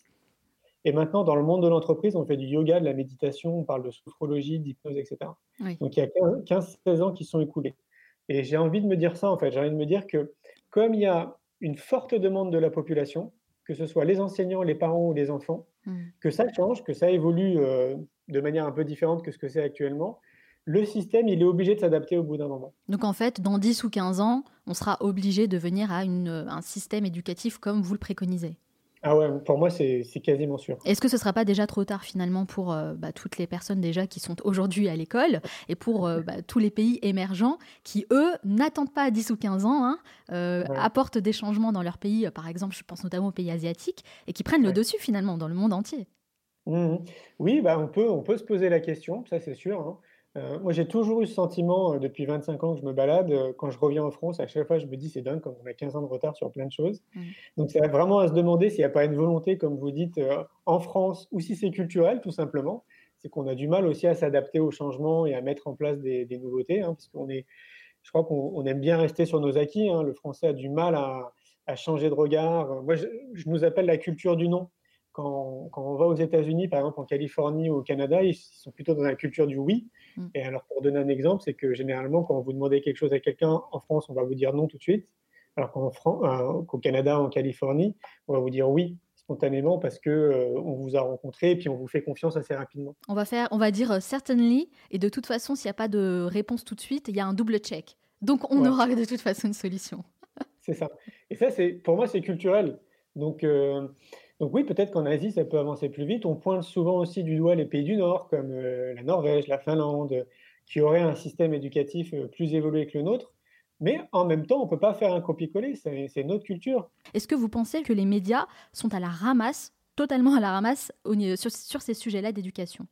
[SPEAKER 2] Et maintenant, dans le monde de l'entreprise, on fait du yoga, de la méditation, on parle de sophrologie, d'hypnose, et cetera.
[SPEAKER 1] Oui.
[SPEAKER 2] Donc il y a quinze seize ans qui sont écoulés. Et j'ai envie de me dire ça, en fait. J'ai envie de me dire que comme il y a une forte demande de la population, que ce soit les enseignants, les parents ou les enfants,
[SPEAKER 1] Mmh.
[SPEAKER 2] que ça change, que ça évolue euh, de manière un peu différente que ce que c'est actuellement, le système, il est obligé de s'adapter au bout d'un moment.
[SPEAKER 1] Donc en fait, dans dix ou quinze ans, on sera obligé de venir à une, un système éducatif comme vous le préconisez.
[SPEAKER 2] Ah ouais, pour moi, c'est c'est quasiment sûr.
[SPEAKER 1] Est-ce que ce ne sera pas déjà trop tard finalement pour euh, bah, toutes les personnes déjà qui sont aujourd'hui à l'école et pour euh, bah, tous les pays émergents qui, eux, n'attendent pas dix ou quinze ans, hein, euh,
[SPEAKER 2] Ouais.
[SPEAKER 1] apportent des changements dans leur pays, euh, par exemple, je pense notamment aux pays asiatiques, et qui prennent le
[SPEAKER 2] Ouais.
[SPEAKER 1] dessus finalement dans le monde entier.
[SPEAKER 2] Mmh. Oui, bah, on peut on peut se poser la question, ça c'est sûr, hein. Heu, moi j'ai toujours eu ce sentiment, heu, depuis vingt-cinq ans que je me balade, heu, quand je reviens en France, à chaque fois je me dis: «C'est dingue comme on a quinze ans de retard sur plein de choses».
[SPEAKER 1] Mmh.
[SPEAKER 2] Donc c'est vraiment à se demander s'il n'y a pas une volonté, comme vous dites, heu, en France ou si c'est culturel tout simplement. C'est qu'on a du mal aussi à s'adapter aux changements et à mettre en place des des nouveautés, hein, parce qu'on est je crois qu'on on aime bien rester sur nos acquis, hein. Le français a du mal à à changer de regard. Moi je je nous appelle la culture du non. Quand quand on va aux États-Unis, par exemple en Californie ou au Canada, ils sont plutôt dans la culture du oui.
[SPEAKER 1] Mmh.
[SPEAKER 2] Et alors pour donner un exemple, c'est que généralement quand vous demandez quelque chose à quelqu'un en France, on va vous dire non tout de suite, alors qu'en Fran heu, qu'au Canada, en Californie, on va vous dire oui spontanément parce que, heu, on vous a rencontré et puis on vous fait confiance assez rapidement.
[SPEAKER 1] On va faire, on va dire euh, certainly, et de toute façon, s'il n'y a pas de réponse tout de suite, il y a un double check. Donc on
[SPEAKER 2] Ouais.
[SPEAKER 1] aura de toute façon une solution.
[SPEAKER 2] C'est ça. Et ça, c'est pour moi, c'est culturel. Donc, heu, donc oui, peut-être qu'en Asie, ça peut avancer plus vite. On pointe souvent aussi du doigt les pays du Nord, comme, heu, la Norvège, la Finlande, qui auraient un système éducatif, heu, plus évolué que le nôtre. Mais en même temps, on peut pas faire un copier-coller, c'est c'est notre culture.
[SPEAKER 1] Est-ce que vous pensez que les médias sont à la ramasse, totalement à la ramasse, au ni- sur, sur ces sujets-là d'éducation?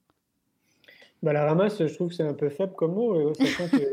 [SPEAKER 2] Bah, la ramasse, je trouve que c'est un peu faible comme mot, heu, sachant que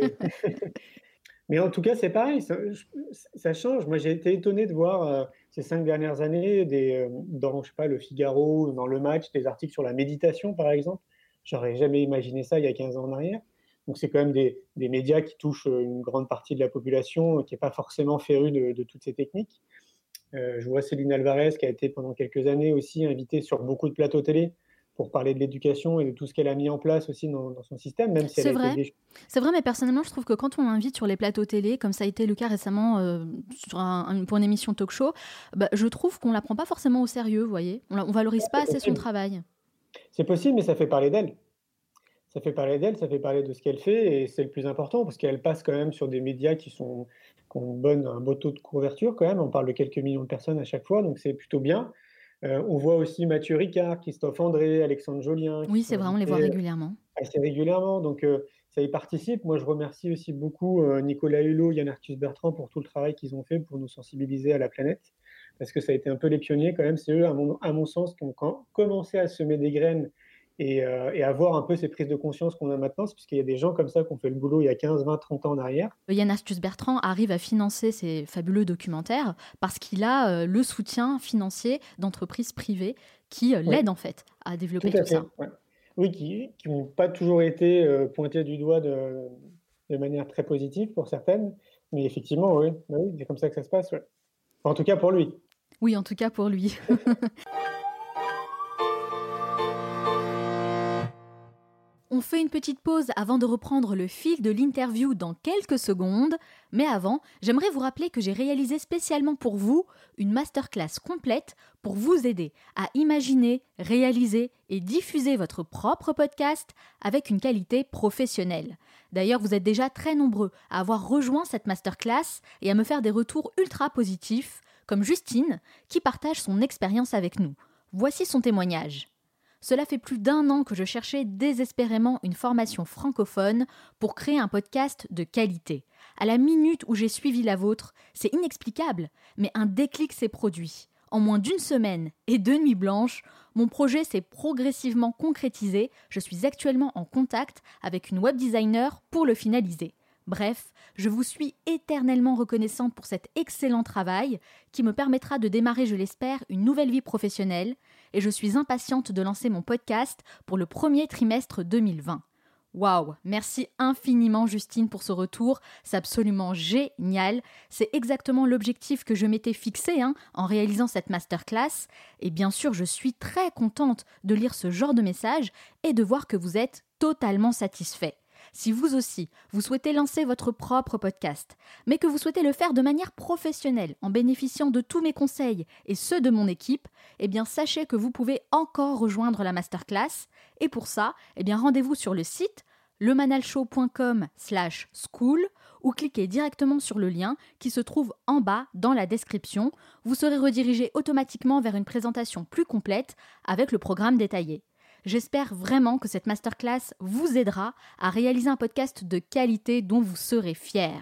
[SPEAKER 2] mais en tout cas, c'est pareil, ça je ça change. Moi, j'ai été étonné de voir, heu, ces cinq dernières années des, hem, dans, je sais pas, Le Figaro, dans Le Match, des articles sur la méditation, par exemple. J'aurais jamais imaginé ça il y a quinze ans en arrière. Donc c'est quand même des des médias qui touchent, heu, une grande partie de la population, heu, qui est pas forcément férue de de toutes ces techniques. Heu, je vois Céline Alvarez qui a été pendant quelques années aussi invitée sur beaucoup de plateaux télé pour parler de l'éducation et de tout ce qu'elle a mis en place aussi dans dans son système, même si elle
[SPEAKER 1] C'est
[SPEAKER 2] a été
[SPEAKER 1] vrai,
[SPEAKER 2] déch
[SPEAKER 1] c'est vrai, mais personnellement, je trouve que quand on l'invite sur les plateaux télé, comme ça a été le cas récemment euh, sur un- un- pour une émission talk show, bah, je trouve qu'on la prend pas forcément au sérieux, vous voyez. On, la- on valorise pas
[SPEAKER 2] c'est
[SPEAKER 1] assez son
[SPEAKER 2] possible.
[SPEAKER 1] travail.
[SPEAKER 2] C'est possible, mais ça fait parler d'elle. Ça fait parler d'elle, ça fait parler de ce qu'elle fait et c'est le plus important parce qu'elle passe quand même sur des médias qui sont qui ont une bonne un beau taux de couverture quand même. On parle de quelques millions de personnes à chaque fois, donc c'est plutôt bien. Heu, on voit aussi Mathieu Ricard, Christophe André, Alexandre Jolien qui
[SPEAKER 1] Oui,
[SPEAKER 2] sont
[SPEAKER 1] c'est vrai, on les voit
[SPEAKER 2] invités
[SPEAKER 1] régulièrement.
[SPEAKER 2] assez régulièrement, donc heu, ça y participe. Moi, je remercie aussi beaucoup, heu, Nicolas Hulot, Yann Arthus Bertrand pour tout le travail qu'ils ont fait pour nous sensibiliser à la planète. Parce que ça a été un peu les pionniers quand même. C'est eux, à mon à mon sens, qui ont quand commencé à semer des graines et heu et à avoir un peu ces prises de conscience qu'on a maintenant. C'est puisqu'il y a des gens comme ça qui ont fait le boulot il y a quinze, vingt, trente ans en arrière.
[SPEAKER 1] Yann Arthus Bertrand arrive à financer ces fabuleux documentaires parce qu'il a euh, le soutien financier d'entreprises privées qui euh,
[SPEAKER 2] Oui,
[SPEAKER 1] l'aident en fait à
[SPEAKER 2] tout
[SPEAKER 1] développer
[SPEAKER 2] à
[SPEAKER 1] tout ça.
[SPEAKER 2] fait, ouais. Oui, qui qui n'ont pas toujours été, heu, pointés du doigt de de manière très positive pour certaines, mais effectivement, oui, bah, oui, c'est comme ça que ça se passe, ouais. Enfin, en tout cas pour lui.
[SPEAKER 1] Oui, en tout cas pour lui. On fait une petite pause avant de reprendre le fil de l'interview dans quelques secondes. Mais avant, j'aimerais vous rappeler que j'ai réalisé spécialement pour vous une masterclass complète pour vous aider à imaginer, réaliser et diffuser votre propre podcast avec une qualité professionnelle. D'ailleurs, vous êtes déjà très nombreux à avoir rejoint cette masterclass et à me faire des retours ultra positifs, comme Justine, qui partage son expérience avec nous. Voici son témoignage. Cela fait plus d'un an que je cherchais désespérément une formation francophone pour créer un podcast de qualité. À la minute où j'ai suivi la vôtre, c'est inexplicable, mais un déclic s'est produit. En moins d'une semaine et deux nuits blanches, mon projet s'est progressivement concrétisé. Je suis actuellement en contact avec une web designer pour le finaliser. Bref, je vous suis éternellement reconnaissante pour cet excellent travail qui me permettra de démarrer, je l'espère, une nouvelle vie professionnelle et je suis impatiente de lancer mon podcast pour le premier trimestre deux mille vingt. Waouh, merci infiniment Justine pour ce retour, c'est absolument génial. C'est exactement l'objectif que je m'étais fixé hein, en réalisant cette masterclass. Et bien sûr, je suis très contente de lire ce genre de message et de voir que vous êtes totalement satisfait. Si vous aussi, vous souhaitez lancer votre propre podcast, mais que vous souhaitez le faire de manière professionnelle, en bénéficiant de tous mes conseils et ceux de mon équipe, eh bien sachez que vous pouvez encore rejoindre la masterclass. Et pour ça, eh bien rendez-vous sur le site lemanalshow.com slash school ou cliquez directement sur le lien qui se trouve en bas dans la description. Vous serez redirigé automatiquement vers une présentation plus complète avec le programme détaillé. J'espère vraiment que cette masterclass vous aidera à réaliser un podcast de qualité dont vous serez fiers.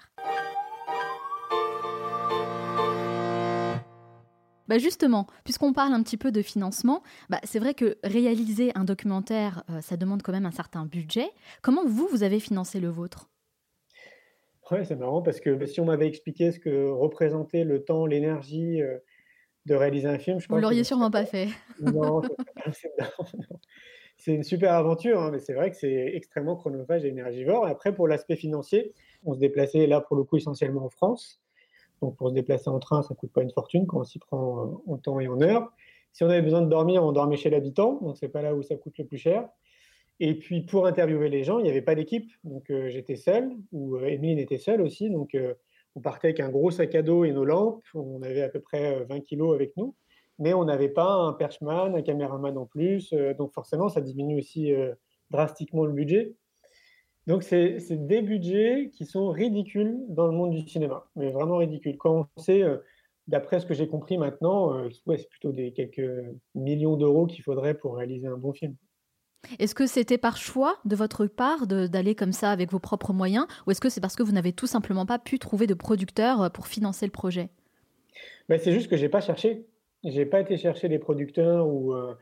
[SPEAKER 1] Bah justement, puisqu'on parle un petit peu de financement, bah c'est vrai que réaliser un documentaire, euh, ça demande quand même un certain budget. Comment vous, vous avez financé le vôtre ?
[SPEAKER 2] Ouais, c'est marrant parce que bah, si on m'avait expliqué ce que représentait le temps, l'énergie euh, de réaliser un film, je
[SPEAKER 1] Vous
[SPEAKER 2] pense que je
[SPEAKER 1] l'auriez
[SPEAKER 2] me serais
[SPEAKER 1] sûrement pas
[SPEAKER 2] pas...
[SPEAKER 1] fait.
[SPEAKER 2] Non, ça serait pas lancé dedans, non. C'est une super aventure, hein, mais c'est vrai que c'est extrêmement chronophage et énergivore. Après, pour l'aspect financier, on se déplaçait là pour le coup essentiellement en France. Donc pour se déplacer en train, ça ne coûte pas une fortune quand on s'y prend euh, en temps et en heure. Si on avait besoin de dormir, on dormait chez l'habitant, donc c'est pas là où ça coûte le plus cher. Et puis pour interviewer les gens, il n'y avait pas d'équipe, donc euh, j'étais seul, ou euh, Emeline était seule aussi, donc euh, on partait avec un gros sac à dos et nos lampes, on avait à peu près euh, vingt kilos avec nous, mais on n'avait pas un perchman, un caméraman en plus, euh, donc forcément ça diminue aussi euh, drastiquement le budget. Donc c'est c'est des budgets qui sont ridicules dans le monde du cinéma, mais vraiment ridicules. Quand on sait, euh, d'après ce que j'ai compris maintenant, euh, ouais, c'est plutôt des quelques millions d'euros qu'il faudrait pour réaliser un bon film.
[SPEAKER 1] Est-ce que c'était par choix de votre part de, d'aller comme ça avec vos propres moyens ou est-ce que c'est parce que vous n'avez tout simplement pas pu trouver de producteurs pour financer le projet ?
[SPEAKER 2] Ben, c'est juste que j'ai pas cherché. J'ai pas été chercher des producteurs ou, euh,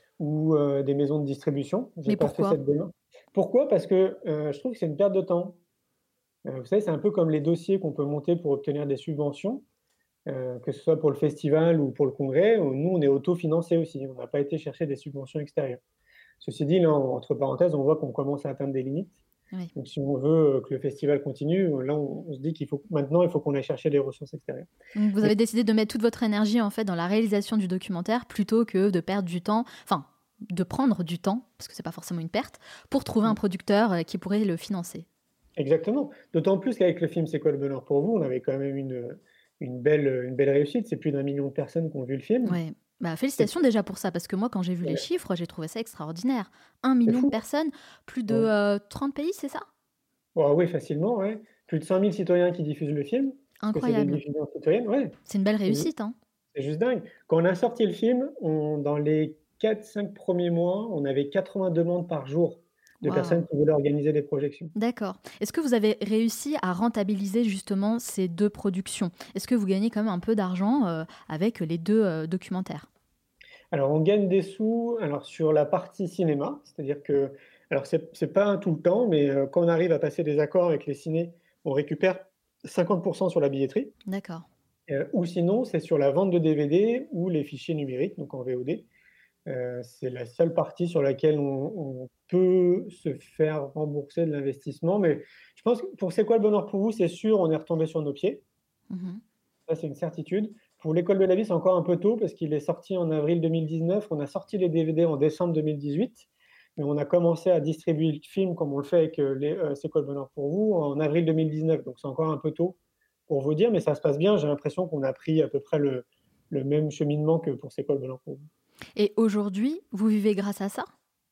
[SPEAKER 2] ou euh, des maisons de distribution. J'ai
[SPEAKER 1] Mais
[SPEAKER 2] pas fait
[SPEAKER 1] pourquoi ?
[SPEAKER 2] cette démarche. Pourquoi? Parce que euh, je trouve que c'est une perte de temps. Euh, vous savez, c'est un peu comme les dossiers qu'on peut monter pour obtenir des subventions. Euh, que ce soit pour le festival ou pour le congrès, euh, nous, on est autofinancé aussi. On n'a pas été chercher des subventions extérieures. Ceci dit, là, entre parenthèses, on voit qu'on commence à atteindre des limites.
[SPEAKER 1] Oui.
[SPEAKER 2] Donc, si on veut euh, que le festival continue, euh, là, on, on se dit qu'il faut maintenant, il faut qu'on aille chercher des ressources extérieures.
[SPEAKER 1] Donc vous
[SPEAKER 2] Mais
[SPEAKER 1] avez décidé de mettre toute votre énergie en fait dans la réalisation du documentaire plutôt que de perdre du temps, enfin de prendre du temps, parce que c'est pas forcément une perte, pour trouver un producteur euh, qui pourrait le financer.
[SPEAKER 2] exactement. D'autant plus qu'avec le film C'est quoi le bonheur pour vous, on avait quand même une, une, belle, une belle réussite. C'est plus d'un million de personnes qui ont vu le film.
[SPEAKER 1] Ouais. Bah,
[SPEAKER 2] C'est
[SPEAKER 1] félicitations déjà pour ça, parce que moi quand j'ai vu les
[SPEAKER 2] ouais,
[SPEAKER 1] chiffres, j'ai trouvé ça extraordinaire. Un
[SPEAKER 2] c'est
[SPEAKER 1] million de
[SPEAKER 2] fou.
[SPEAKER 1] personnes, plus de
[SPEAKER 2] Ouais.
[SPEAKER 1] euh, trente pays, c'est ça ?
[SPEAKER 2] Oh, oui, facilement. Ouais. Plus de cent mille citoyens qui diffusent le film, parce que c'est des
[SPEAKER 1] Incroyable.
[SPEAKER 2] diffusions citoyennes. Ouais.
[SPEAKER 1] C'est une belle
[SPEAKER 2] C'est ju-
[SPEAKER 1] réussite, hein.
[SPEAKER 2] c'est juste dingue. Quand on a sorti le film, on, dans les quatre cinq premiers mois, on avait quatre-vingts demandes par jour de
[SPEAKER 1] Waouh.
[SPEAKER 2] personnes qui voulaient organiser des projections.
[SPEAKER 1] D'accord. Est-ce que vous avez réussi à rentabiliser justement ces deux productions ? Est-ce que vous gagnez quand même un peu d'argent euh, avec les deux euh, documentaires ?
[SPEAKER 2] Alors, on gagne des sous alors, sur la partie cinéma, c'est-à-dire que, alors c'est c'est pas tout le temps, mais euh, quand on arrive à passer des accords avec les cinés, on récupère cinquante pour cent sur la billetterie,
[SPEAKER 1] D'accord.
[SPEAKER 2] euh, ou sinon c'est sur la vente de D V D ou les fichiers numériques, donc en V O D. Euh, c'est la seule partie sur laquelle on, on peut se faire rembourser de l'investissement, mais je pense que pour C'est quoi le bonheur pour vous, c'est sûr, on est retombé sur nos pieds.
[SPEAKER 1] Mhm.
[SPEAKER 2] Ça, c'est une certitude. Pour l'école de la vie, c'est encore un peu tôt parce qu'il est sorti en avril deux mille dix-neuf. On a sorti les D V D en décembre deux mille dix-huit, mais on a commencé à distribuer le film comme on le fait avec euh, les, euh, C'est quoi le bonheur pour vous en avril deux mille dix-neuf. Donc c'est encore un peu tôt pour vous dire, mais ça se passe bien. J'ai l'impression qu'on a pris à peu près le, le même cheminement que pour C'est quoi le bonheur pour vous.
[SPEAKER 1] Et aujourd'hui, vous vivez grâce à ça ?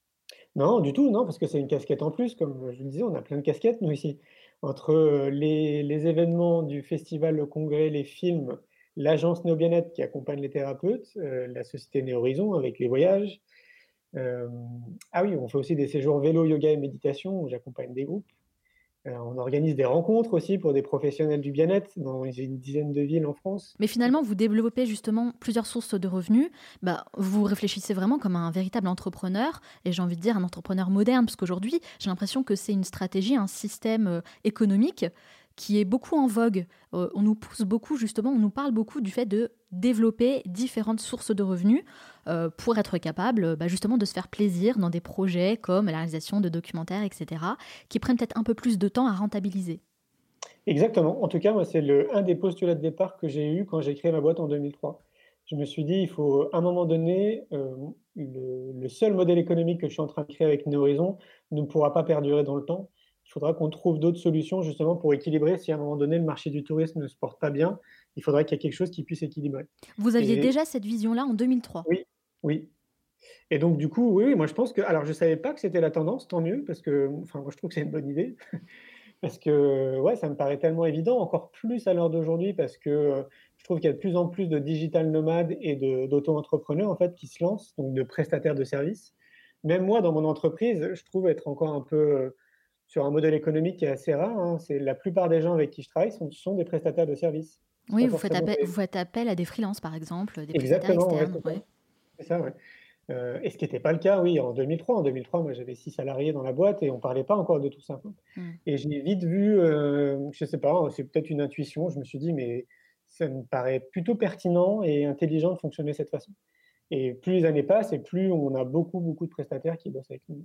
[SPEAKER 2] Non, du tout, non, parce que c'est une casquette en plus. Comme je le disais, on a plein de casquettes, nous, ici. Entre euh, les, les événements du festival, le congrès, les films, l'agence Néo Bien-être qui accompagne les thérapeutes, euh, la société Néo-Horizon avec les voyages. Euh, ah oui, on fait aussi des séjours vélo, yoga et méditation où j'accompagne des groupes. Heu, on organise des rencontres aussi pour des professionnels du bien-être dans une dizaine de villes en France.
[SPEAKER 1] Mais finalement, vous développez justement plusieurs sources de revenus. Bah, vous réfléchissez vraiment comme un véritable entrepreneur, et j'ai envie de dire un entrepreneur moderne, parce qu'aujourd'hui, j'ai l'impression que c'est une stratégie, un système euh, économique qui est beaucoup en vogue. Euh, on nous pousse beaucoup, justement, on nous parle beaucoup du fait de développer différentes sources de revenus euh, pour être capable bah, justement de se faire plaisir dans des projets comme la réalisation de documentaires, et cetera, qui prennent peut-être un peu plus de temps à rentabiliser.
[SPEAKER 2] Exactement. En tout cas, moi, c'est le un des postulats de départ que j'ai eu quand j'ai créé ma boîte en deux mille trois. Je me suis dit: «Il faut, à un moment donné, hem, le le seul modèle économique que je suis en train de créer avec Néhorizon ne pourra pas perdurer dans le temps. Il faudra qu'on trouve d'autres solutions justement pour équilibrer si à un moment donné, le marché du tourisme ne se porte pas bien, il faudrait qu'il y ait quelque chose qui puisse équilibrer»
[SPEAKER 1] Vous aviez
[SPEAKER 2] et
[SPEAKER 1] déjà cette vision-là en deux mille trois.
[SPEAKER 2] oui, oui. Et donc du coup, oui, oui, moi je pense que alors je savais pas que c'était la tendance, tant mieux parce que, enfin moi je trouve que c'est une bonne idée. Parce que, ouais, ça me paraît tellement évident, encore plus à l'heure d'aujourd'hui parce que, heu, je trouve qu'il y a de plus en plus de digital nomades et de d'auto-entrepreneurs, en fait, qui se lancent, donc de prestataires de services. Même moi, dans mon entreprise, je trouve être encore un peu, heu, sur un modèle économique qui est assez rare, hein. C'est la plupart des gens avec qui je travaille sont sont des prestataires de services. C'est
[SPEAKER 1] Oui,
[SPEAKER 2] pas
[SPEAKER 1] vous faites
[SPEAKER 2] forcément
[SPEAKER 1] appel vous
[SPEAKER 2] des
[SPEAKER 1] faites appel à des freelances, par exemple, des prestataires
[SPEAKER 2] exactement, ouais,
[SPEAKER 1] externes,
[SPEAKER 2] c'est ça.
[SPEAKER 1] ouais.
[SPEAKER 2] C'est ça, ouais. Heu et ce qui était pas le cas, oui, en deux mille trois. En deux mille trois, moi, j'avais six salariés dans la boîte et on parlait pas encore de tout ça, quoi.
[SPEAKER 1] Mmh.
[SPEAKER 2] Et j'ai vite vu, heu, je sais pas, c'est peut-être une intuition, je me suis dit: «Mais ça me paraît plutôt pertinent et intelligent de fonctionner de cette façon» et plus les années passent et plus on a beaucoup, beaucoup de prestataires qui bossent avec nous.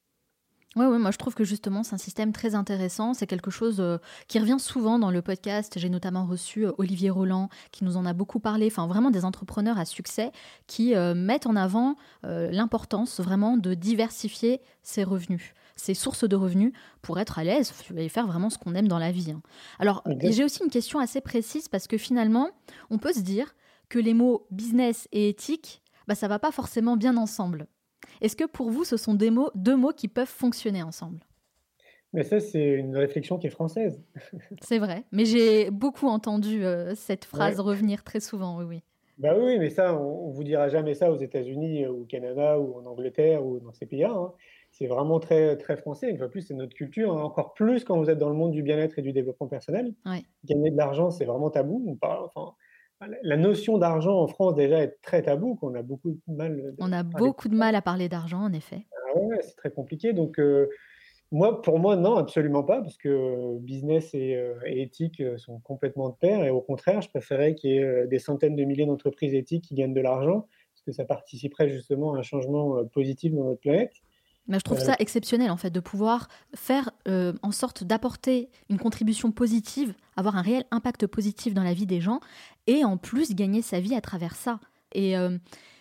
[SPEAKER 1] Ouais, ouais, moi je trouve que justement c'est un système très intéressant, c'est quelque chose, heu, qui revient souvent dans le podcast. J'ai notamment reçu, heu, Olivier Roland qui nous en a beaucoup parlé, enfin vraiment des entrepreneurs à succès qui, heu, mettent en avant, heu, l'importance vraiment de diversifier ses revenus, ses sources de revenus pour être à l'aise et faire vraiment ce qu'on aime dans la vie, hein. Alors,
[SPEAKER 2] Exact.
[SPEAKER 1] j'ai aussi une question assez précise parce que finalement, on peut se dire que les mots business et éthique, bah, ça va pas forcément bien ensemble. Est-ce que pour vous, ce sont des mots deux mots qui peuvent fonctionner ensemble?
[SPEAKER 2] Mais ça, c'est une réflexion qui est française.
[SPEAKER 1] C'est vrai, mais j'ai beaucoup entendu, heu, cette phrase
[SPEAKER 2] Ouais.
[SPEAKER 1] revenir très souvent, oui, oui.
[SPEAKER 2] Bah, oui, oui, mais ça, on on vous dira jamais ça aux États-Unis, heu, ou au Canada ou en Angleterre ou dans ces pays-là, hein. C'est vraiment très, très français. Une fois de plus, c'est notre culture, hein, encore plus quand vous êtes dans le monde du bien-être et du développement personnel.
[SPEAKER 1] Ouais.
[SPEAKER 2] Gagner de l'argent, c'est vraiment tabou. On parle enfin, la la notion d'argent en France déjà est très tabou, qu'on a beaucoup de mal, heu,
[SPEAKER 1] On
[SPEAKER 2] de
[SPEAKER 1] a
[SPEAKER 2] parler de
[SPEAKER 1] beaucoup de
[SPEAKER 2] ça.
[SPEAKER 1] mal à parler d'argent, en effet.
[SPEAKER 2] Ah ouais, ouais, c'est très compliqué donc heu, moi, pour moi, non, absolument pas, parce que business et heu et éthique, heu, sont complètement de pair et au contraire, je préférerais qu'il y ait, heu, des centaines de milliers d'entreprises éthiques qui gagnent de l'argent, parce que ça participerait justement à un changement, heu, positif dans notre planète.
[SPEAKER 1] Mais je trouve
[SPEAKER 2] Heu,
[SPEAKER 1] ça exceptionnel, en fait, de pouvoir faire, heu, en sorte d'apporter une contribution positive, avoir un réel impact positif dans la vie des gens et en plus gagner sa vie à travers ça et hem,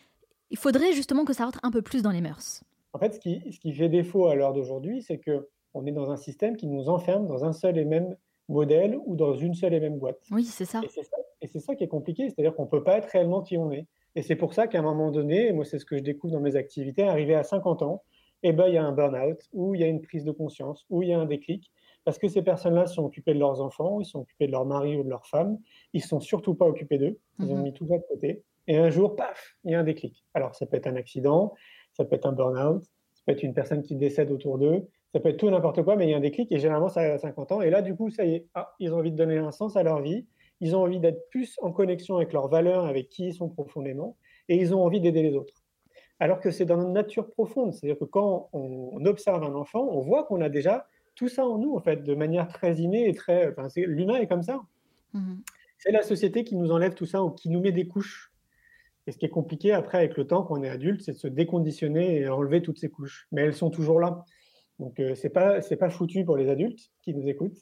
[SPEAKER 1] il faudrait justement que ça rentre un peu plus dans les mœurs.
[SPEAKER 2] En fait, ce qui ce qui fait défaut à l'heure d'aujourd'hui, c'est qu'on est dans un système qui nous enferme dans un seul et même modèle ou dans une seule et même boîte.
[SPEAKER 1] Oui, c'est
[SPEAKER 2] Et
[SPEAKER 1] ça.
[SPEAKER 2] c'est ça et c'est ça qui est compliqué, c'est-à-dire qu'on ne peut pas être réellement qui on est. Et c'est pour ça qu'à un moment donné, et moi c'est ce que je découvre dans mes activités, arrivé à cinquante ans, et ben, il y a un burn-out, ou il y a une prise de conscience, ou il y a un déclic, parce que ces personnes-là se sont occupées de leurs enfants, ils sont occupés de leur mari ou de leur femme, ils ne sont surtout pas occupés d'eux, ils ont
[SPEAKER 1] Mmh.
[SPEAKER 2] mis tout ça de côté, et un jour, paf, il y a un déclic. Alors ça peut être un accident, ça peut être un burn-out, ça peut être une personne qui décède autour d'eux, ça peut être tout et n'importe quoi, mais il y a un déclic, et généralement ça arrive à cinquante ans, et là du coup, ça y est, ah, ils ont envie de donner un sens à leur vie, ils ont envie d'être plus en connexion avec leurs valeurs, avec qui ils sont profondément, et ils ont envie d'aider les autres. Alors que c'est dans notre nature profonde, c'est-à-dire que quand on observe un enfant, on voit qu'on a déjà tout ça en nous, en fait, de manière très innée et très, enfin, c'est, l'humain est comme ça.
[SPEAKER 1] Mmh.
[SPEAKER 2] C'est la société qui nous enlève tout ça ou qui nous met des couches. Et ce qui est compliqué après avec le temps, quand on est adulte, c'est de se déconditionner et enlever toutes ces couches. Mais elles sont toujours là. Donc euh, c'est pas c'est pas foutu pour les adultes qui nous écoutent.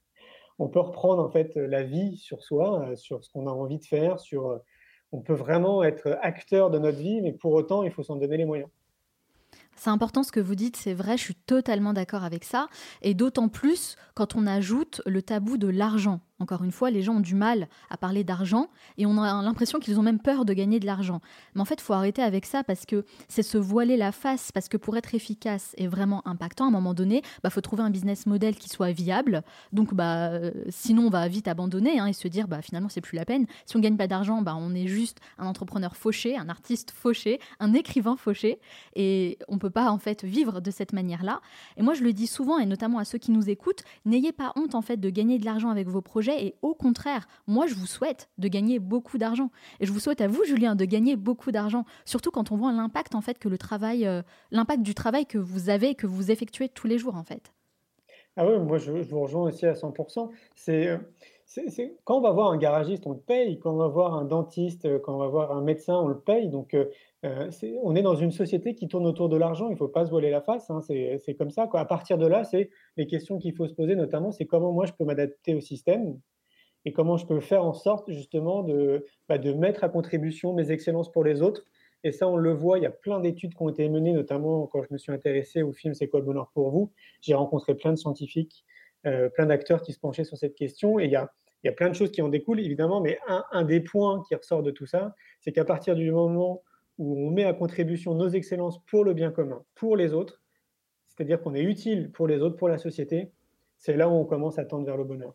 [SPEAKER 2] On peut reprendre en fait la vie sur soi, euh, sur ce qu'on a envie de faire, sur euh, on peut vraiment être acteur de notre vie, mais pour autant, il faut s'en donner les moyens.
[SPEAKER 1] C'est important ce que vous dites, c'est vrai, je suis totalement d'accord avec ça et d'autant plus quand on ajoute le tabou de l'argent Encore une fois, les gens ont du mal à parler d'argent et on a l'impression qu'ils ont même peur de gagner de l'argent. Mais en fait, il faut arrêter avec ça parce que c'est se voiler la face. Parce que pour être efficace et vraiment impactant, à un moment donné, bah, faut trouver un business model qui soit viable. Donc, bah, euh, sinon, on va vite abandonner hein, et se dire, bah, finalement, c'est plus la peine. Si on gagne pas d'argent, bah, on est juste un entrepreneur fauché, un artiste fauché, un écrivain fauché. Et on peut pas, en fait, vivre de cette manière-là. Et moi, je le dis souvent, et notamment à ceux qui nous écoutent, n'ayez pas honte, en fait, de gagner de l'argent avec vos projets. Et au contraire, moi, je vous souhaite de gagner beaucoup d'argent. Et je vous souhaite à vous, Julien, de gagner beaucoup d'argent. Surtout quand on voit l'impact, en fait, que le travail, euh, l'impact du travail que vous avez, que vous effectuez tous les jours, en fait.
[SPEAKER 2] Ah ouais, moi je je vous rejoins aussi à cent. C'est, heu, c'est c'est quand on va voir un garagiste, on le paye, quand on va voir un dentiste, heu, quand on va voir un médecin, on le paye donc heu heu, c'est on est dans une société qui tourne autour de l'argent, il ne faut pas se voiler la face, hein, c'est c'est comme ça, quoi. À partir de là, c'est les questions qu'il faut se poser notamment, c'est comment moi je peux m'adapter au système et comment je peux faire en sorte justement de, bah, de mettre à contribution mes excellences pour les autres. Et ça, on le voit, il y a plein d'études qui ont été menées, notamment quand je me suis intéressé au film C'est quoi le bonheur pour vous? J'ai rencontré plein de scientifiques, euh, plein d'acteurs qui se penchaient sur cette question. Et il y a, il y a plein de choses qui en découlent, évidemment, mais un, un des points qui ressort de tout ça, c'est qu'à partir du moment où on met à contribution nos excellences pour le bien commun, pour les autres, c'est-à-dire qu'on est utile pour les autres, pour la société, c'est là où on commence à tendre vers le bonheur.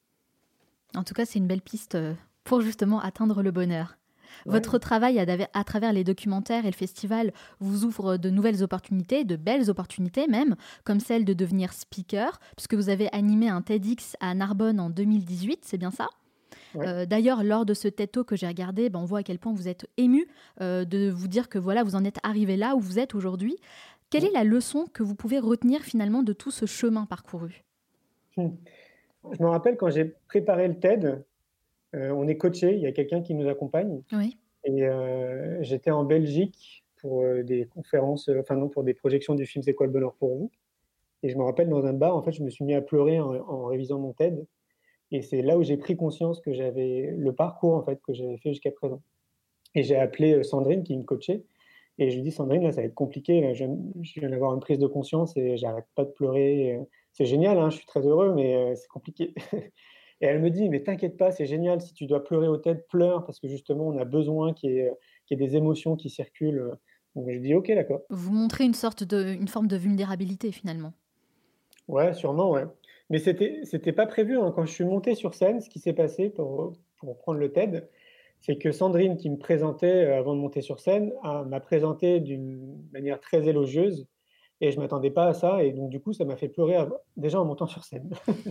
[SPEAKER 1] En tout cas, c'est une belle piste euh, pour justement atteindre le bonheur.
[SPEAKER 2] Ouais.
[SPEAKER 1] Votre travail à, à travers les documentaires et le festival vous ouvre de nouvelles opportunités, de belles opportunités même, comme celle de devenir speaker, puisque vous avez animé un TEDx à Narbonne en deux mille dix-huit, c'est bien ça?
[SPEAKER 2] Ouais.
[SPEAKER 1] Euh, D'ailleurs, lors de ce TED Talk que j'ai regardé, ben, on voit à quel point vous êtes ému euh, de vous dire que voilà, vous en êtes arrivé là où vous êtes aujourd'hui. Quelle
[SPEAKER 2] Ouais.
[SPEAKER 1] est la leçon que vous pouvez retenir finalement de tout ce chemin parcouru?
[SPEAKER 2] Hmm. Je me rappelle quand j'ai préparé le TED, heu, on est coaché, il y a quelqu'un qui nous accompagne
[SPEAKER 1] Oui.
[SPEAKER 2] et heu, j'étais en Belgique pour, heu, des conférences, heu, enfin non, pour des projections du film C'est quoi le bonheur pour vous? Et je me rappelle dans un bar, en fait, je me suis mis à pleurer en en révisant mon TED et c'est là où j'ai pris conscience que j'avais le parcours, en fait, que j'avais fait jusqu'à présent. Et j'ai appelé, heu, Sandrine qui me coachait et je lui dis: «Sandrine, là, ça va être compliqué, là, je viens je viens d'avoir une prise de conscience et j'arrête pas de pleurer, heu, c'est génial, hein, je suis très heureux, mais heu, c'est compliqué». Et elle me dit: «Mais t'inquiète pas, c'est génial, si tu dois pleurer au TED, pleure parce que justement on a besoin qu'il y ait, heu, qu'il y ait des émotions qui circulent, heu». Donc je dis: «OK, d'accord».
[SPEAKER 1] Vous montrez une sorte de, une forme de vulnérabilité finalement.
[SPEAKER 2] Ouais, sûrement, ouais. Mais c'était c'était pas prévu, hein. Quand je suis monté sur scène, ce qui s'est passé pour, pour prendre le TED, c'est que Sandrine qui me présentait, heu, avant de monter sur scène, a m'a présenté d'une manière très élogieuse et je m'attendais pas à ça et donc du coup, ça m'a fait pleurer av déjà en montant sur scène.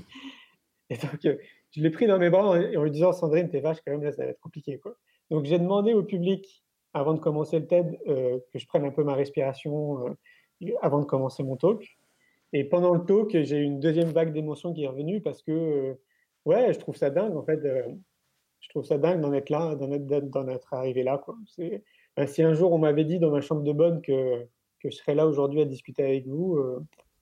[SPEAKER 2] Et donc, heu, je l'ai pris dans mes bras en et en lui disant: «Sandrine, tu es vache quand même, là, ça va être compliqué, quoi». Donc j'ai demandé au public, avant de commencer le TED, heu, que je prenne un peu ma respiration, heu, avant de commencer mon talk. Et pendant le talk, j'ai eu une deuxième vague d'émotions qui est revenue parce que, heu, ouais, je trouve ça dingue, en fait, heu, je trouve ça dingue d'en être là, d'en être d'en d'en être arrivé là, quoi. C'est bah, si un jour on m'avait dit dans ma chambre de bonne que que je serais là aujourd'hui à discuter avec vous, heu,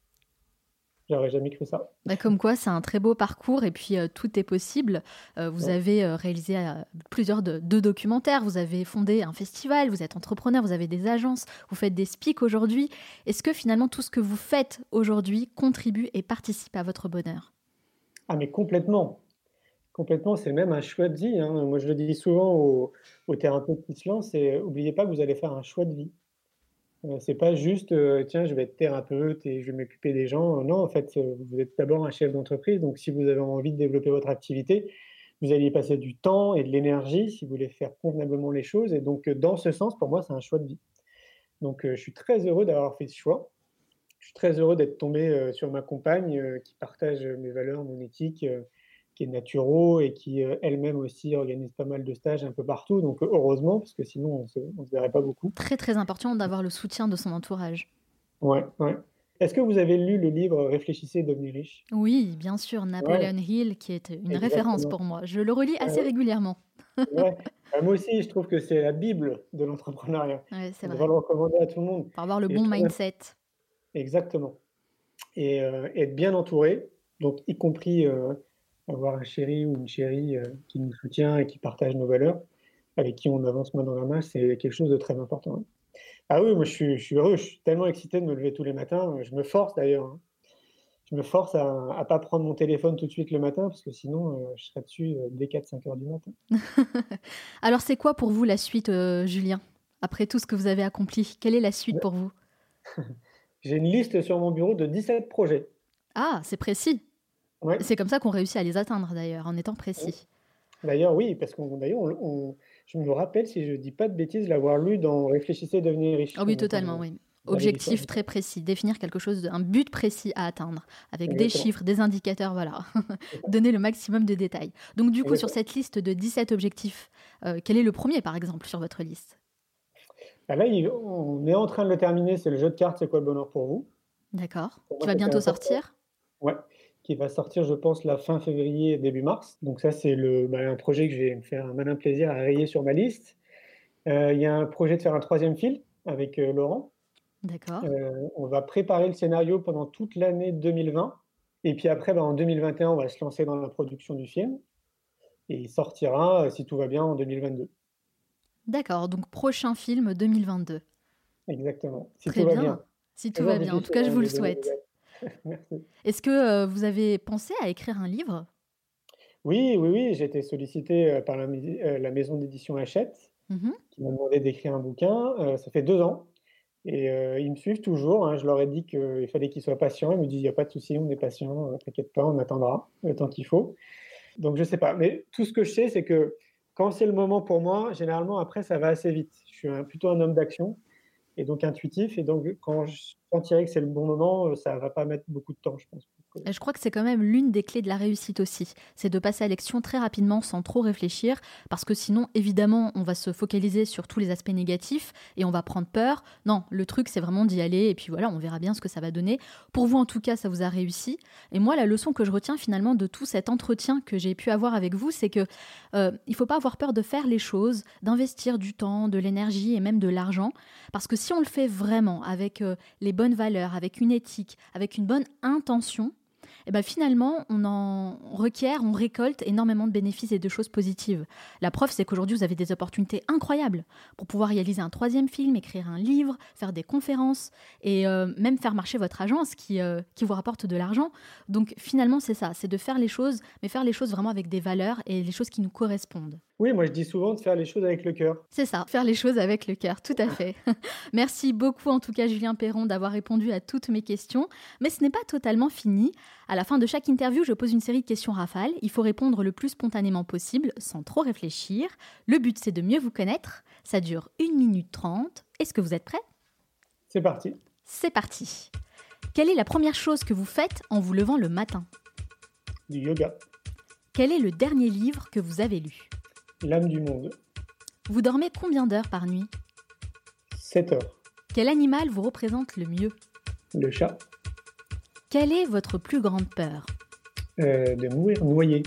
[SPEAKER 2] j'aurais jamais cru ça.
[SPEAKER 1] Bah, comme quoi, c'est un très beau parcours et puis euh, tout est possible. Euh, vous
[SPEAKER 2] Ouais.
[SPEAKER 1] avez euh, réalisé euh, plusieurs de, deux documentaires, vous avez fondé un festival, vous êtes entrepreneur, vous avez des agences, vous faites des speaks aujourd'hui. Est-ce que finalement tout ce que vous faites aujourd'hui contribue et participe à votre bonheur?
[SPEAKER 2] Ah mais complètement, complètement, c'est même un choix de vie, hein. Moi, je le dis souvent aux aux thérapeutes qui se lancent, c'est: «Oubliez pas que vous allez faire un choix de vie». Heu, c'est pas juste, heu: «Tiens, je vais être thérapeute et je vais m'occuper des gens». Non, en fait, heu, vous êtes d'abord un chef d'entreprise, donc si vous avez envie de développer votre activité, vous allez y passer du temps et de l'énergie si vous voulez faire convenablement les choses et donc heu, dans ce sens, pour moi, c'est un choix de vie. Donc heu, je suis très heureux d'avoir fait ce choix. Je suis très heureux d'être tombé, heu, sur ma compagne, heu, qui partage, mes valeurs, mon éthique, heu, qui est naturo et qui, heu, elle-même aussi organise pas mal de stages un peu partout, donc heu, heureusement, parce que sinon on se on se verrait pas beaucoup.
[SPEAKER 1] Très très important d'avoir le soutien de son entourage.
[SPEAKER 2] Ouais, ouais. Est-ce que vous avez lu le livre «Réfléchissez et devenez riche»?
[SPEAKER 1] Oui, bien sûr,
[SPEAKER 2] Ouais,
[SPEAKER 1] Napoleon Hill, qui est une référence
[SPEAKER 2] exactement.
[SPEAKER 1] pour moi. Je le relis assez
[SPEAKER 2] Ouais,
[SPEAKER 1] régulièrement.
[SPEAKER 2] ouais. Bah, moi aussi, je trouve que c'est la bible de l'entrepreneuriat.
[SPEAKER 1] Ouais, c'est
[SPEAKER 2] On devrait
[SPEAKER 1] vrai.
[SPEAKER 2] le recommander à tout le monde
[SPEAKER 1] Pour avoir le
[SPEAKER 2] et je
[SPEAKER 1] bon
[SPEAKER 2] trouve
[SPEAKER 1] mindset.
[SPEAKER 2] exactement et heu, être bien entouré, donc y compris, heu, avoir un chéri ou une chérie, heu, qui nous soutient et qui partage nos valeurs, avec qui on avance main dans la main, c'est quelque chose de très important, ouais. Ah oui, moi je suis je suis heureux, je suis tellement excité de me lever tous les matins, je me force d'ailleurs, hein. qui me force à à pas prendre mon téléphone tout de suite le matin parce que sinon, heu, je serais dessus, heu, dès quatre cinq heures du matin.
[SPEAKER 1] Alors c'est quoi pour vous la suite, heu, Julien? Après tout ce que vous avez accompli, quelle est la suite
[SPEAKER 2] Ouais.
[SPEAKER 1] pour vous?
[SPEAKER 2] J'ai une liste sur mon bureau de dix-sept projets.
[SPEAKER 1] Ah, c'est précis.
[SPEAKER 2] Ouais.
[SPEAKER 1] C'est comme ça qu'on réussit à les atteindre d'ailleurs, en étant
[SPEAKER 2] Oui.
[SPEAKER 1] précis.
[SPEAKER 2] D'ailleurs, oui, parce qu'on d'ailleurs, on on je me rappelle, si je dis pas de bêtises, l'avoir lu dans «Réfléchissez, devenez
[SPEAKER 1] Ah
[SPEAKER 2] riche»,
[SPEAKER 1] oui,
[SPEAKER 2] donc
[SPEAKER 1] totalement,
[SPEAKER 2] on
[SPEAKER 1] oui.
[SPEAKER 2] j'avais lu ça.
[SPEAKER 1] Objectif très précis, définir quelque chose de un but précis à atteindre, avec des
[SPEAKER 2] Exactement,
[SPEAKER 1] chiffres, des indicateurs, voilà.
[SPEAKER 2] c'est ça,
[SPEAKER 1] Donner le maximum de détails. Donc du coup, sur
[SPEAKER 2] exactement.
[SPEAKER 1] cette liste de dix-sept objectifs, heu, quel est le premier par exemple sur votre liste?
[SPEAKER 2] Bah, là, il on est en train de le terminer, c'est le jeu de cartes «C'est quoi le bonheur pour vous?».
[SPEAKER 1] D'accord.
[SPEAKER 2] Pour
[SPEAKER 1] Qui
[SPEAKER 2] moi,
[SPEAKER 1] va
[SPEAKER 2] c'était
[SPEAKER 1] bientôt
[SPEAKER 2] important.
[SPEAKER 1] sortir?
[SPEAKER 2] Ouais, qui va sortir, je pense, la fin février, début mars. Donc ça, c'est le bah, un projet que je vais me faire un malin plaisir à rayer sur ma liste. Heu, il y a un projet de faire un troisième film avec, heu, Laurent.
[SPEAKER 1] D'accord.
[SPEAKER 2] Heu, on va préparer le scénario pendant toute l'année deux mille vingt et puis après, bah, en deux mille vingt et un, on va se lancer dans la production du film et il sortira, heu, si tout va bien, en deux mille vingt-deux.
[SPEAKER 1] D'accord, donc prochain film deux mille vingt-deux.
[SPEAKER 2] Exactement, si tout
[SPEAKER 1] Très
[SPEAKER 2] va bien.
[SPEAKER 1] bien, si tout
[SPEAKER 2] Toujours
[SPEAKER 1] va bien. En tout
[SPEAKER 2] difficile,
[SPEAKER 1] cas, je
[SPEAKER 2] hein,
[SPEAKER 1] vous le
[SPEAKER 2] de donner des
[SPEAKER 1] souhaite.
[SPEAKER 2] dates. Merci.
[SPEAKER 1] Est-ce que, heu, vous avez pensé à écrire un livre?
[SPEAKER 2] Oui, oui, oui, j'ai été sollicité, heu, par la misi heu, la maison d'édition Hachette,
[SPEAKER 1] Mmh.
[SPEAKER 2] qui m'a demandé d'écrire un bouquin, heu, ça fait deux ans et heu, ils me suivent toujours, hein. Je leur ai dit qu'il fallait qu'ils soient patients. Ils me disent: «Il y a pas de souci, on est patient, heu, t'inquiète pas, on attendra le temps qu'il faut». Donc je sais pas, mais tout ce que je sais, c'est que quand c'est le moment pour moi, généralement après ça va assez vite. Je suis un plutôt un homme d'action et donc intuitif et donc quand je sentirai que c'est le bon moment, heu, ça va pas mettre beaucoup de temps, je pense, pour que
[SPEAKER 1] Et je crois que c'est quand même l'une des clés de la réussite aussi. C'est de passer à l'action très rapidement sans trop réfléchir, parce que sinon, évidemment, on va se focaliser sur tous les aspects négatifs et on va prendre peur. Non, le truc, c'est vraiment d'y aller et puis voilà, on verra bien ce que ça va donner. Pour vous, en tout cas, ça vous a réussi. Et moi, la leçon que je retiens finalement de tout cet entretien que j'ai pu avoir avec vous, c'est que euh, il faut pas avoir peur de faire les choses, d'investir du temps, de l'énergie et même de l'argent, parce que si on le fait vraiment avec euh, les bonnes valeurs, avec une éthique, avec une bonne intention, et ben finalement, on en requiert, on récolte énormément de bénéfices et de choses positives. La preuve, c'est qu'aujourd'hui, vous avez des opportunités incroyables pour pouvoir réaliser un troisième film, écrire un livre, faire des conférences et euh, même faire marcher votre agence qui, euh, qui vous rapporte de l'argent. Donc finalement, c'est ça, c'est de faire les choses, mais faire les choses vraiment avec des valeurs et les choses qui nous correspondent.
[SPEAKER 2] oui, moi je dis souvent de faire les choses avec le cœur.
[SPEAKER 1] C'est ça, faire les choses avec le cœur, tout à fait. Merci beaucoup en tout cas Julien Perron d'avoir répondu à toutes mes questions. Mais ce n'est pas totalement fini. À la fin de chaque interview, je pose une série de questions rafales. Il faut répondre le plus spontanément possible, sans trop réfléchir. Le but c'est de mieux vous connaître. Ça dure une minute trente. Est-ce que vous êtes prêts?
[SPEAKER 2] C'est parti.
[SPEAKER 1] C'est parti. Quelle est la première chose que vous faites en vous levant le matin?
[SPEAKER 2] Du yoga,
[SPEAKER 1] Quel est le dernier livre que vous avez lu?
[SPEAKER 2] l'âme du monde,
[SPEAKER 1] Vous dormez combien d'heures par nuit?
[SPEAKER 2] sept heures,
[SPEAKER 1] Quel animal vous représente le mieux?
[SPEAKER 2] le chat,
[SPEAKER 1] Quelle est votre plus grande peur?
[SPEAKER 2] heu, de mourir noyé.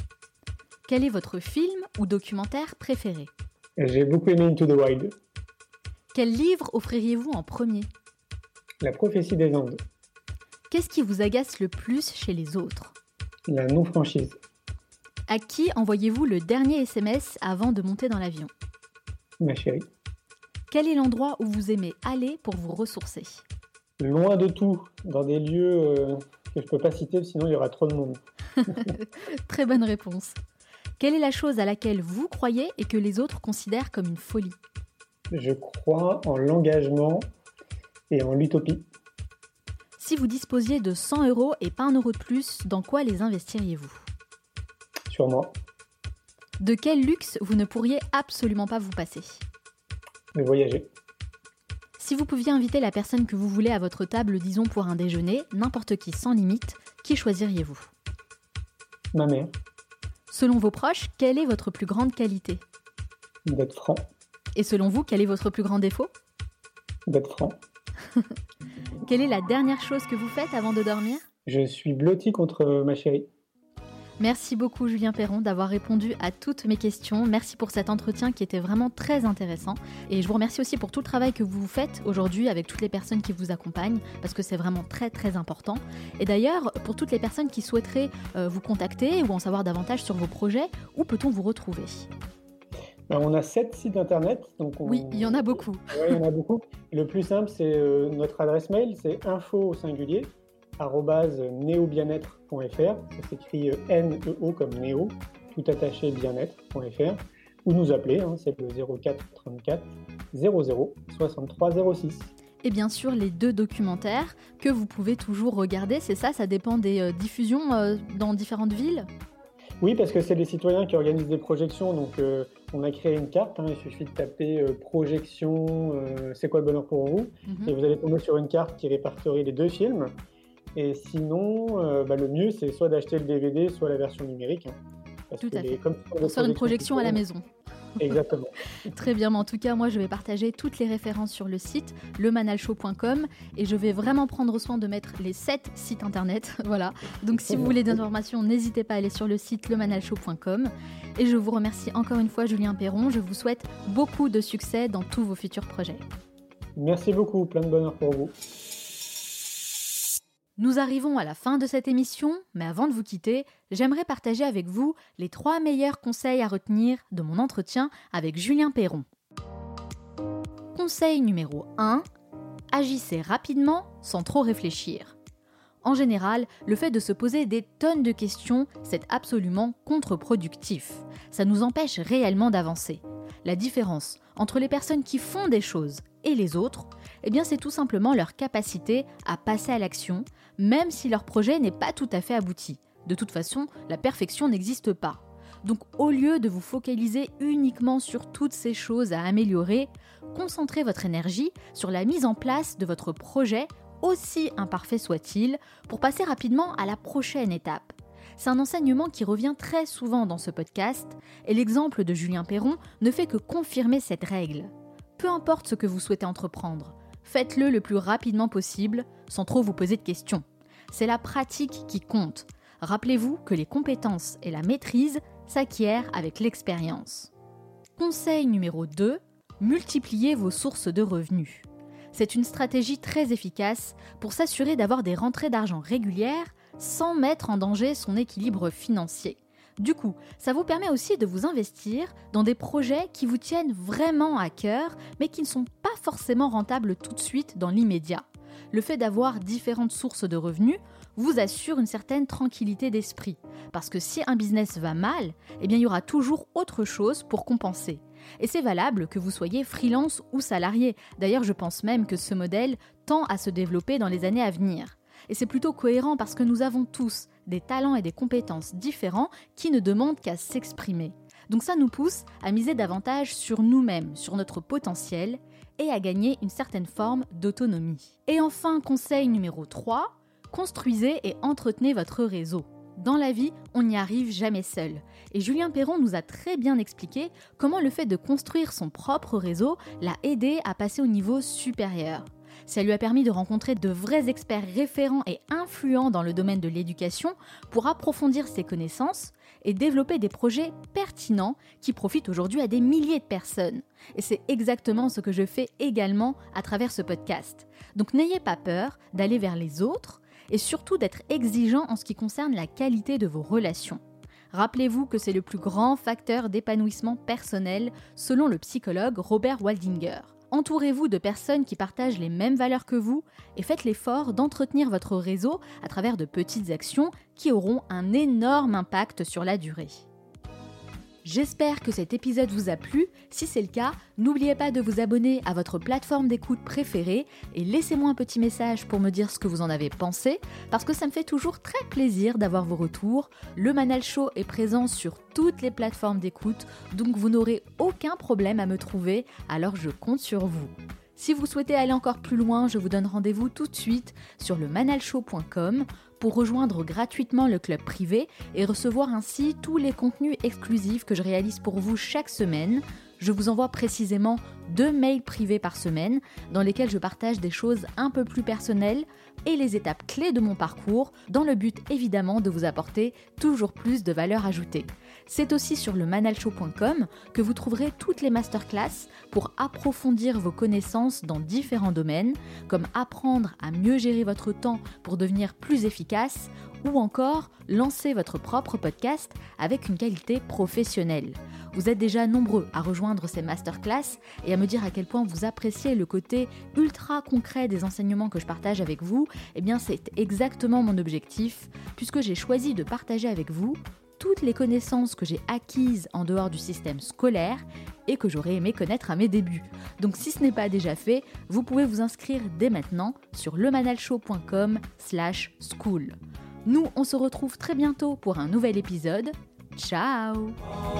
[SPEAKER 1] Quel est votre film ou documentaire préféré?
[SPEAKER 2] J'ai beaucoup aimé Into the Wild,
[SPEAKER 1] Quel livre offririez-vous en premier?
[SPEAKER 2] La prophétie des Andes,
[SPEAKER 1] Qu'est-ce qui vous agace le plus chez les autres?
[SPEAKER 2] la non-franchise,
[SPEAKER 1] À qui envoyez-vous le dernier S M S avant de monter dans l'avion?
[SPEAKER 2] ma chérie.
[SPEAKER 1] Quel est l'endroit où vous aimez aller pour vous ressourcer?
[SPEAKER 2] Loin de tout, dans des lieux, heu, que je peux pas citer, sinon il y aura trop de monde.
[SPEAKER 1] Très bonne réponse. Quelle est la chose à laquelle vous croyez et que les autres considèrent comme une folie?
[SPEAKER 2] Je crois en l'engagement et en l'utopie.
[SPEAKER 1] Si vous disposiez de cent euros et pas un euro de plus, dans quoi les investiriez-vous?
[SPEAKER 2] Sur moi,
[SPEAKER 1] De quel luxe vous ne pourriez absolument pas vous passer?
[SPEAKER 2] de voyager.
[SPEAKER 1] Si vous pouviez inviter la personne que vous voulez à votre table, disons pour un déjeuner, n'importe qui sans limite, qui choisiriez-vous?
[SPEAKER 2] Ma mère,
[SPEAKER 1] Selon vos proches, quelle est votre plus grande qualité?
[SPEAKER 2] d'être franc,
[SPEAKER 1] Et selon vous, quel est votre plus grand défaut?
[SPEAKER 2] d'être franc.
[SPEAKER 1] Quelle est la dernière chose que vous faites avant de dormir?
[SPEAKER 2] Je suis blotti contre ma chérie.
[SPEAKER 1] Merci beaucoup Julien Perron d'avoir répondu à toutes mes questions. Merci pour cet entretien qui était vraiment très intéressant. Et je vous remercie aussi pour tout le travail que vous faites aujourd'hui avec toutes les personnes qui vous accompagnent, parce que c'est vraiment très très important. Et d'ailleurs, pour toutes les personnes qui souhaiteraient euh, vous contacter ou en savoir davantage sur vos projets, où peut-on vous retrouver?
[SPEAKER 2] Ben, on a sept sites internet, donc on
[SPEAKER 1] Oui, il y en a beaucoup.
[SPEAKER 2] ouais, il y en a beaucoup. Le plus simple, c'est, heu, notre adresse mail, c'est info au singulier, arobase neobienêtre point f r, ça s'écrit N E O comme néo, tout attaché bien-être.fr, ou nous appeler, hein, c'est le zéro quatre trente-quatre zéro zéro soixante-trois zéro six.
[SPEAKER 1] Et bien sûr, les deux documentaires que vous pouvez toujours regarder, c'est ça, ça dépend des euh, diffusions euh, dans différentes villes ?
[SPEAKER 2] Oui, parce que c'est les citoyens qui organisent des projections, donc euh, on a créé une carte, hein, il suffit de taper euh, projection, euh, c'est quoi le bonheur pour vous, mm-hmm. et vous allez tomber sur une carte qui répertorie les deux films, et sinon, euh, bah, le mieux c'est soit d'acheter le D V D, soit la version numérique. Hein, parce
[SPEAKER 1] Tout
[SPEAKER 2] que
[SPEAKER 1] à
[SPEAKER 2] les,
[SPEAKER 1] fait,
[SPEAKER 2] comme
[SPEAKER 1] pour faire une projection à la maison.
[SPEAKER 2] Exactement.
[SPEAKER 1] Très bien, mais en tout cas, moi, je vais partager toutes les références sur le site le manal show point com et je vais vraiment prendre soin de mettre les sept sites internet. Voilà. Donc, si vous voulez des informations, n'hésitez pas à aller sur le site le manal show point com. Et je vous remercie encore une fois, Julien Perron. Je vous souhaite beaucoup de succès dans tous vos futurs projets.
[SPEAKER 2] Merci beaucoup, plein de bonheur pour vous.
[SPEAKER 1] Nous arrivons à la fin de cette émission, mais avant de vous quitter, j'aimerais partager avec vous les trois meilleurs conseils à retenir de mon entretien avec Julien Perron. Conseil numéro un, agissez rapidement sans trop réfléchir. En général, le fait de se poser des tonnes de questions, c'est absolument contre-productif. Ça nous empêche réellement d'avancer. La différence entre les personnes qui font des choses et les autres, eh bien c'est tout simplement leur capacité à passer à l'action, même si leur projet n'est pas tout à fait abouti. De toute façon, la perfection n'existe pas. Donc au lieu de vous focaliser uniquement sur toutes ces choses à améliorer, concentrez votre énergie sur la mise en place de votre projet, aussi imparfait soit-il, pour passer rapidement à la prochaine étape. C'est un enseignement qui revient très souvent dans ce podcast, et l'exemple de Julien Perron ne fait que confirmer cette règle. Peu importe ce que vous souhaitez entreprendre, faites-le le plus rapidement possible, sans trop vous poser de questions. C'est la pratique qui compte. Rappelez-vous que les compétences et la maîtrise s'acquièrent avec l'expérience. Conseil numéro deux, multipliez vos sources de revenus. C'est une stratégie très efficace pour s'assurer d'avoir des rentrées d'argent régulières sans mettre en danger son équilibre financier. Du coup, ça vous permet aussi de vous investir dans des projets qui vous tiennent vraiment à cœur, mais qui ne sont pas forcément rentables tout de suite dans l'immédiat. Le fait d'avoir différentes sources de revenus vous assure une certaine tranquillité d'esprit. Parce que si un business va mal, eh bien, il y aura toujours autre chose pour compenser. Et c'est valable que vous soyez freelance ou salarié. D'ailleurs, je pense même que ce modèle tend à se développer dans les années à venir. Et c'est plutôt cohérent parce que nous avons tous des talents et des compétences différents qui ne demandent qu'à s'exprimer. Donc ça nous pousse à miser davantage sur nous-mêmes, sur notre potentiel et à gagner une certaine forme d'autonomie. Et enfin, conseil numéro trois, construisez et entretenez votre réseau. Dans la vie, on n'y arrive jamais seul. Et Julien Perron nous a très bien expliqué comment le fait de construire son propre réseau l'a aidé à passer au niveau supérieur. Ça lui a permis de rencontrer de vrais experts référents et influents dans le domaine de l'éducation pour approfondir ses connaissances et développer des projets pertinents qui profitent aujourd'hui à des milliers de personnes. Et c'est exactement ce que je fais également à travers ce podcast. Donc n'ayez pas peur d'aller vers les autres et surtout d'être exigeant en ce qui concerne la qualité de vos relations. Rappelez-vous que c'est le plus grand facteur d'épanouissement personnel selon le psychologue Robert Waldinger. Entourez-vous de personnes qui partagent les mêmes valeurs que vous et faites l'effort d'entretenir votre réseau à travers de petites actions qui auront un énorme impact sur la durée. J'espère que cet épisode vous a plu. Si c'est le cas, n'oubliez pas de vous abonner à votre plateforme d'écoute préférée et laissez-moi un petit message pour me dire ce que vous en avez pensé, parce que ça me fait toujours très plaisir d'avoir vos retours. Le Manal Show est présent sur toutes les plateformes d'écoute, donc vous n'aurez aucun problème à me trouver, alors je compte sur vous. Si vous souhaitez aller encore plus loin, je vous donne rendez-vous tout de suite sur le manal show point com pour rejoindre gratuitement le club privé et recevoir ainsi tous les contenus exclusifs que je réalise pour vous chaque semaine. Je vous envoie précisément deux mails privés par semaine dans lesquels je partage des choses un peu plus personnelles et les étapes clés de mon parcours dans le but évidemment de vous apporter toujours plus de valeur ajoutée. C'est aussi sur le manal show point com que vous trouverez toutes les masterclass pour approfondir vos connaissances dans différents domaines, comme apprendre à mieux gérer votre temps pour devenir plus efficace ou encore lancer votre propre podcast avec une qualité professionnelle. Vous êtes déjà nombreux à rejoindre ces masterclass et à me dire à quel point vous appréciez le côté ultra concret des enseignements que je partage avec vous Eh bien, c'est exactement mon objectif, puisque j'ai choisi de partager avec vous toutes les connaissances que j'ai acquises en dehors du système scolaire et que j'aurais aimé connaître à mes débuts. Donc si ce n'est pas déjà fait, vous pouvez vous inscrire dès maintenant sur lemanalshow point com slash school. Nous, on se retrouve très bientôt pour un nouvel épisode. Ciao!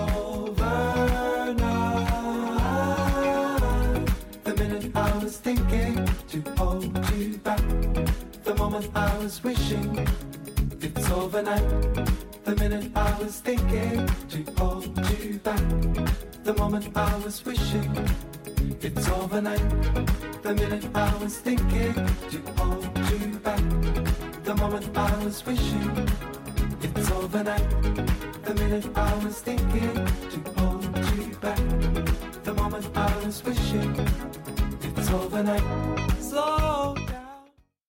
[SPEAKER 3] The minute I was thinking to hold you back. The moment I was wishing it's overnight. The minute I was thinking to hold you back. The moment I was wishing it's overnight. The minute I was thinking to hold you back. The moment I was wishing it's overnight. Slow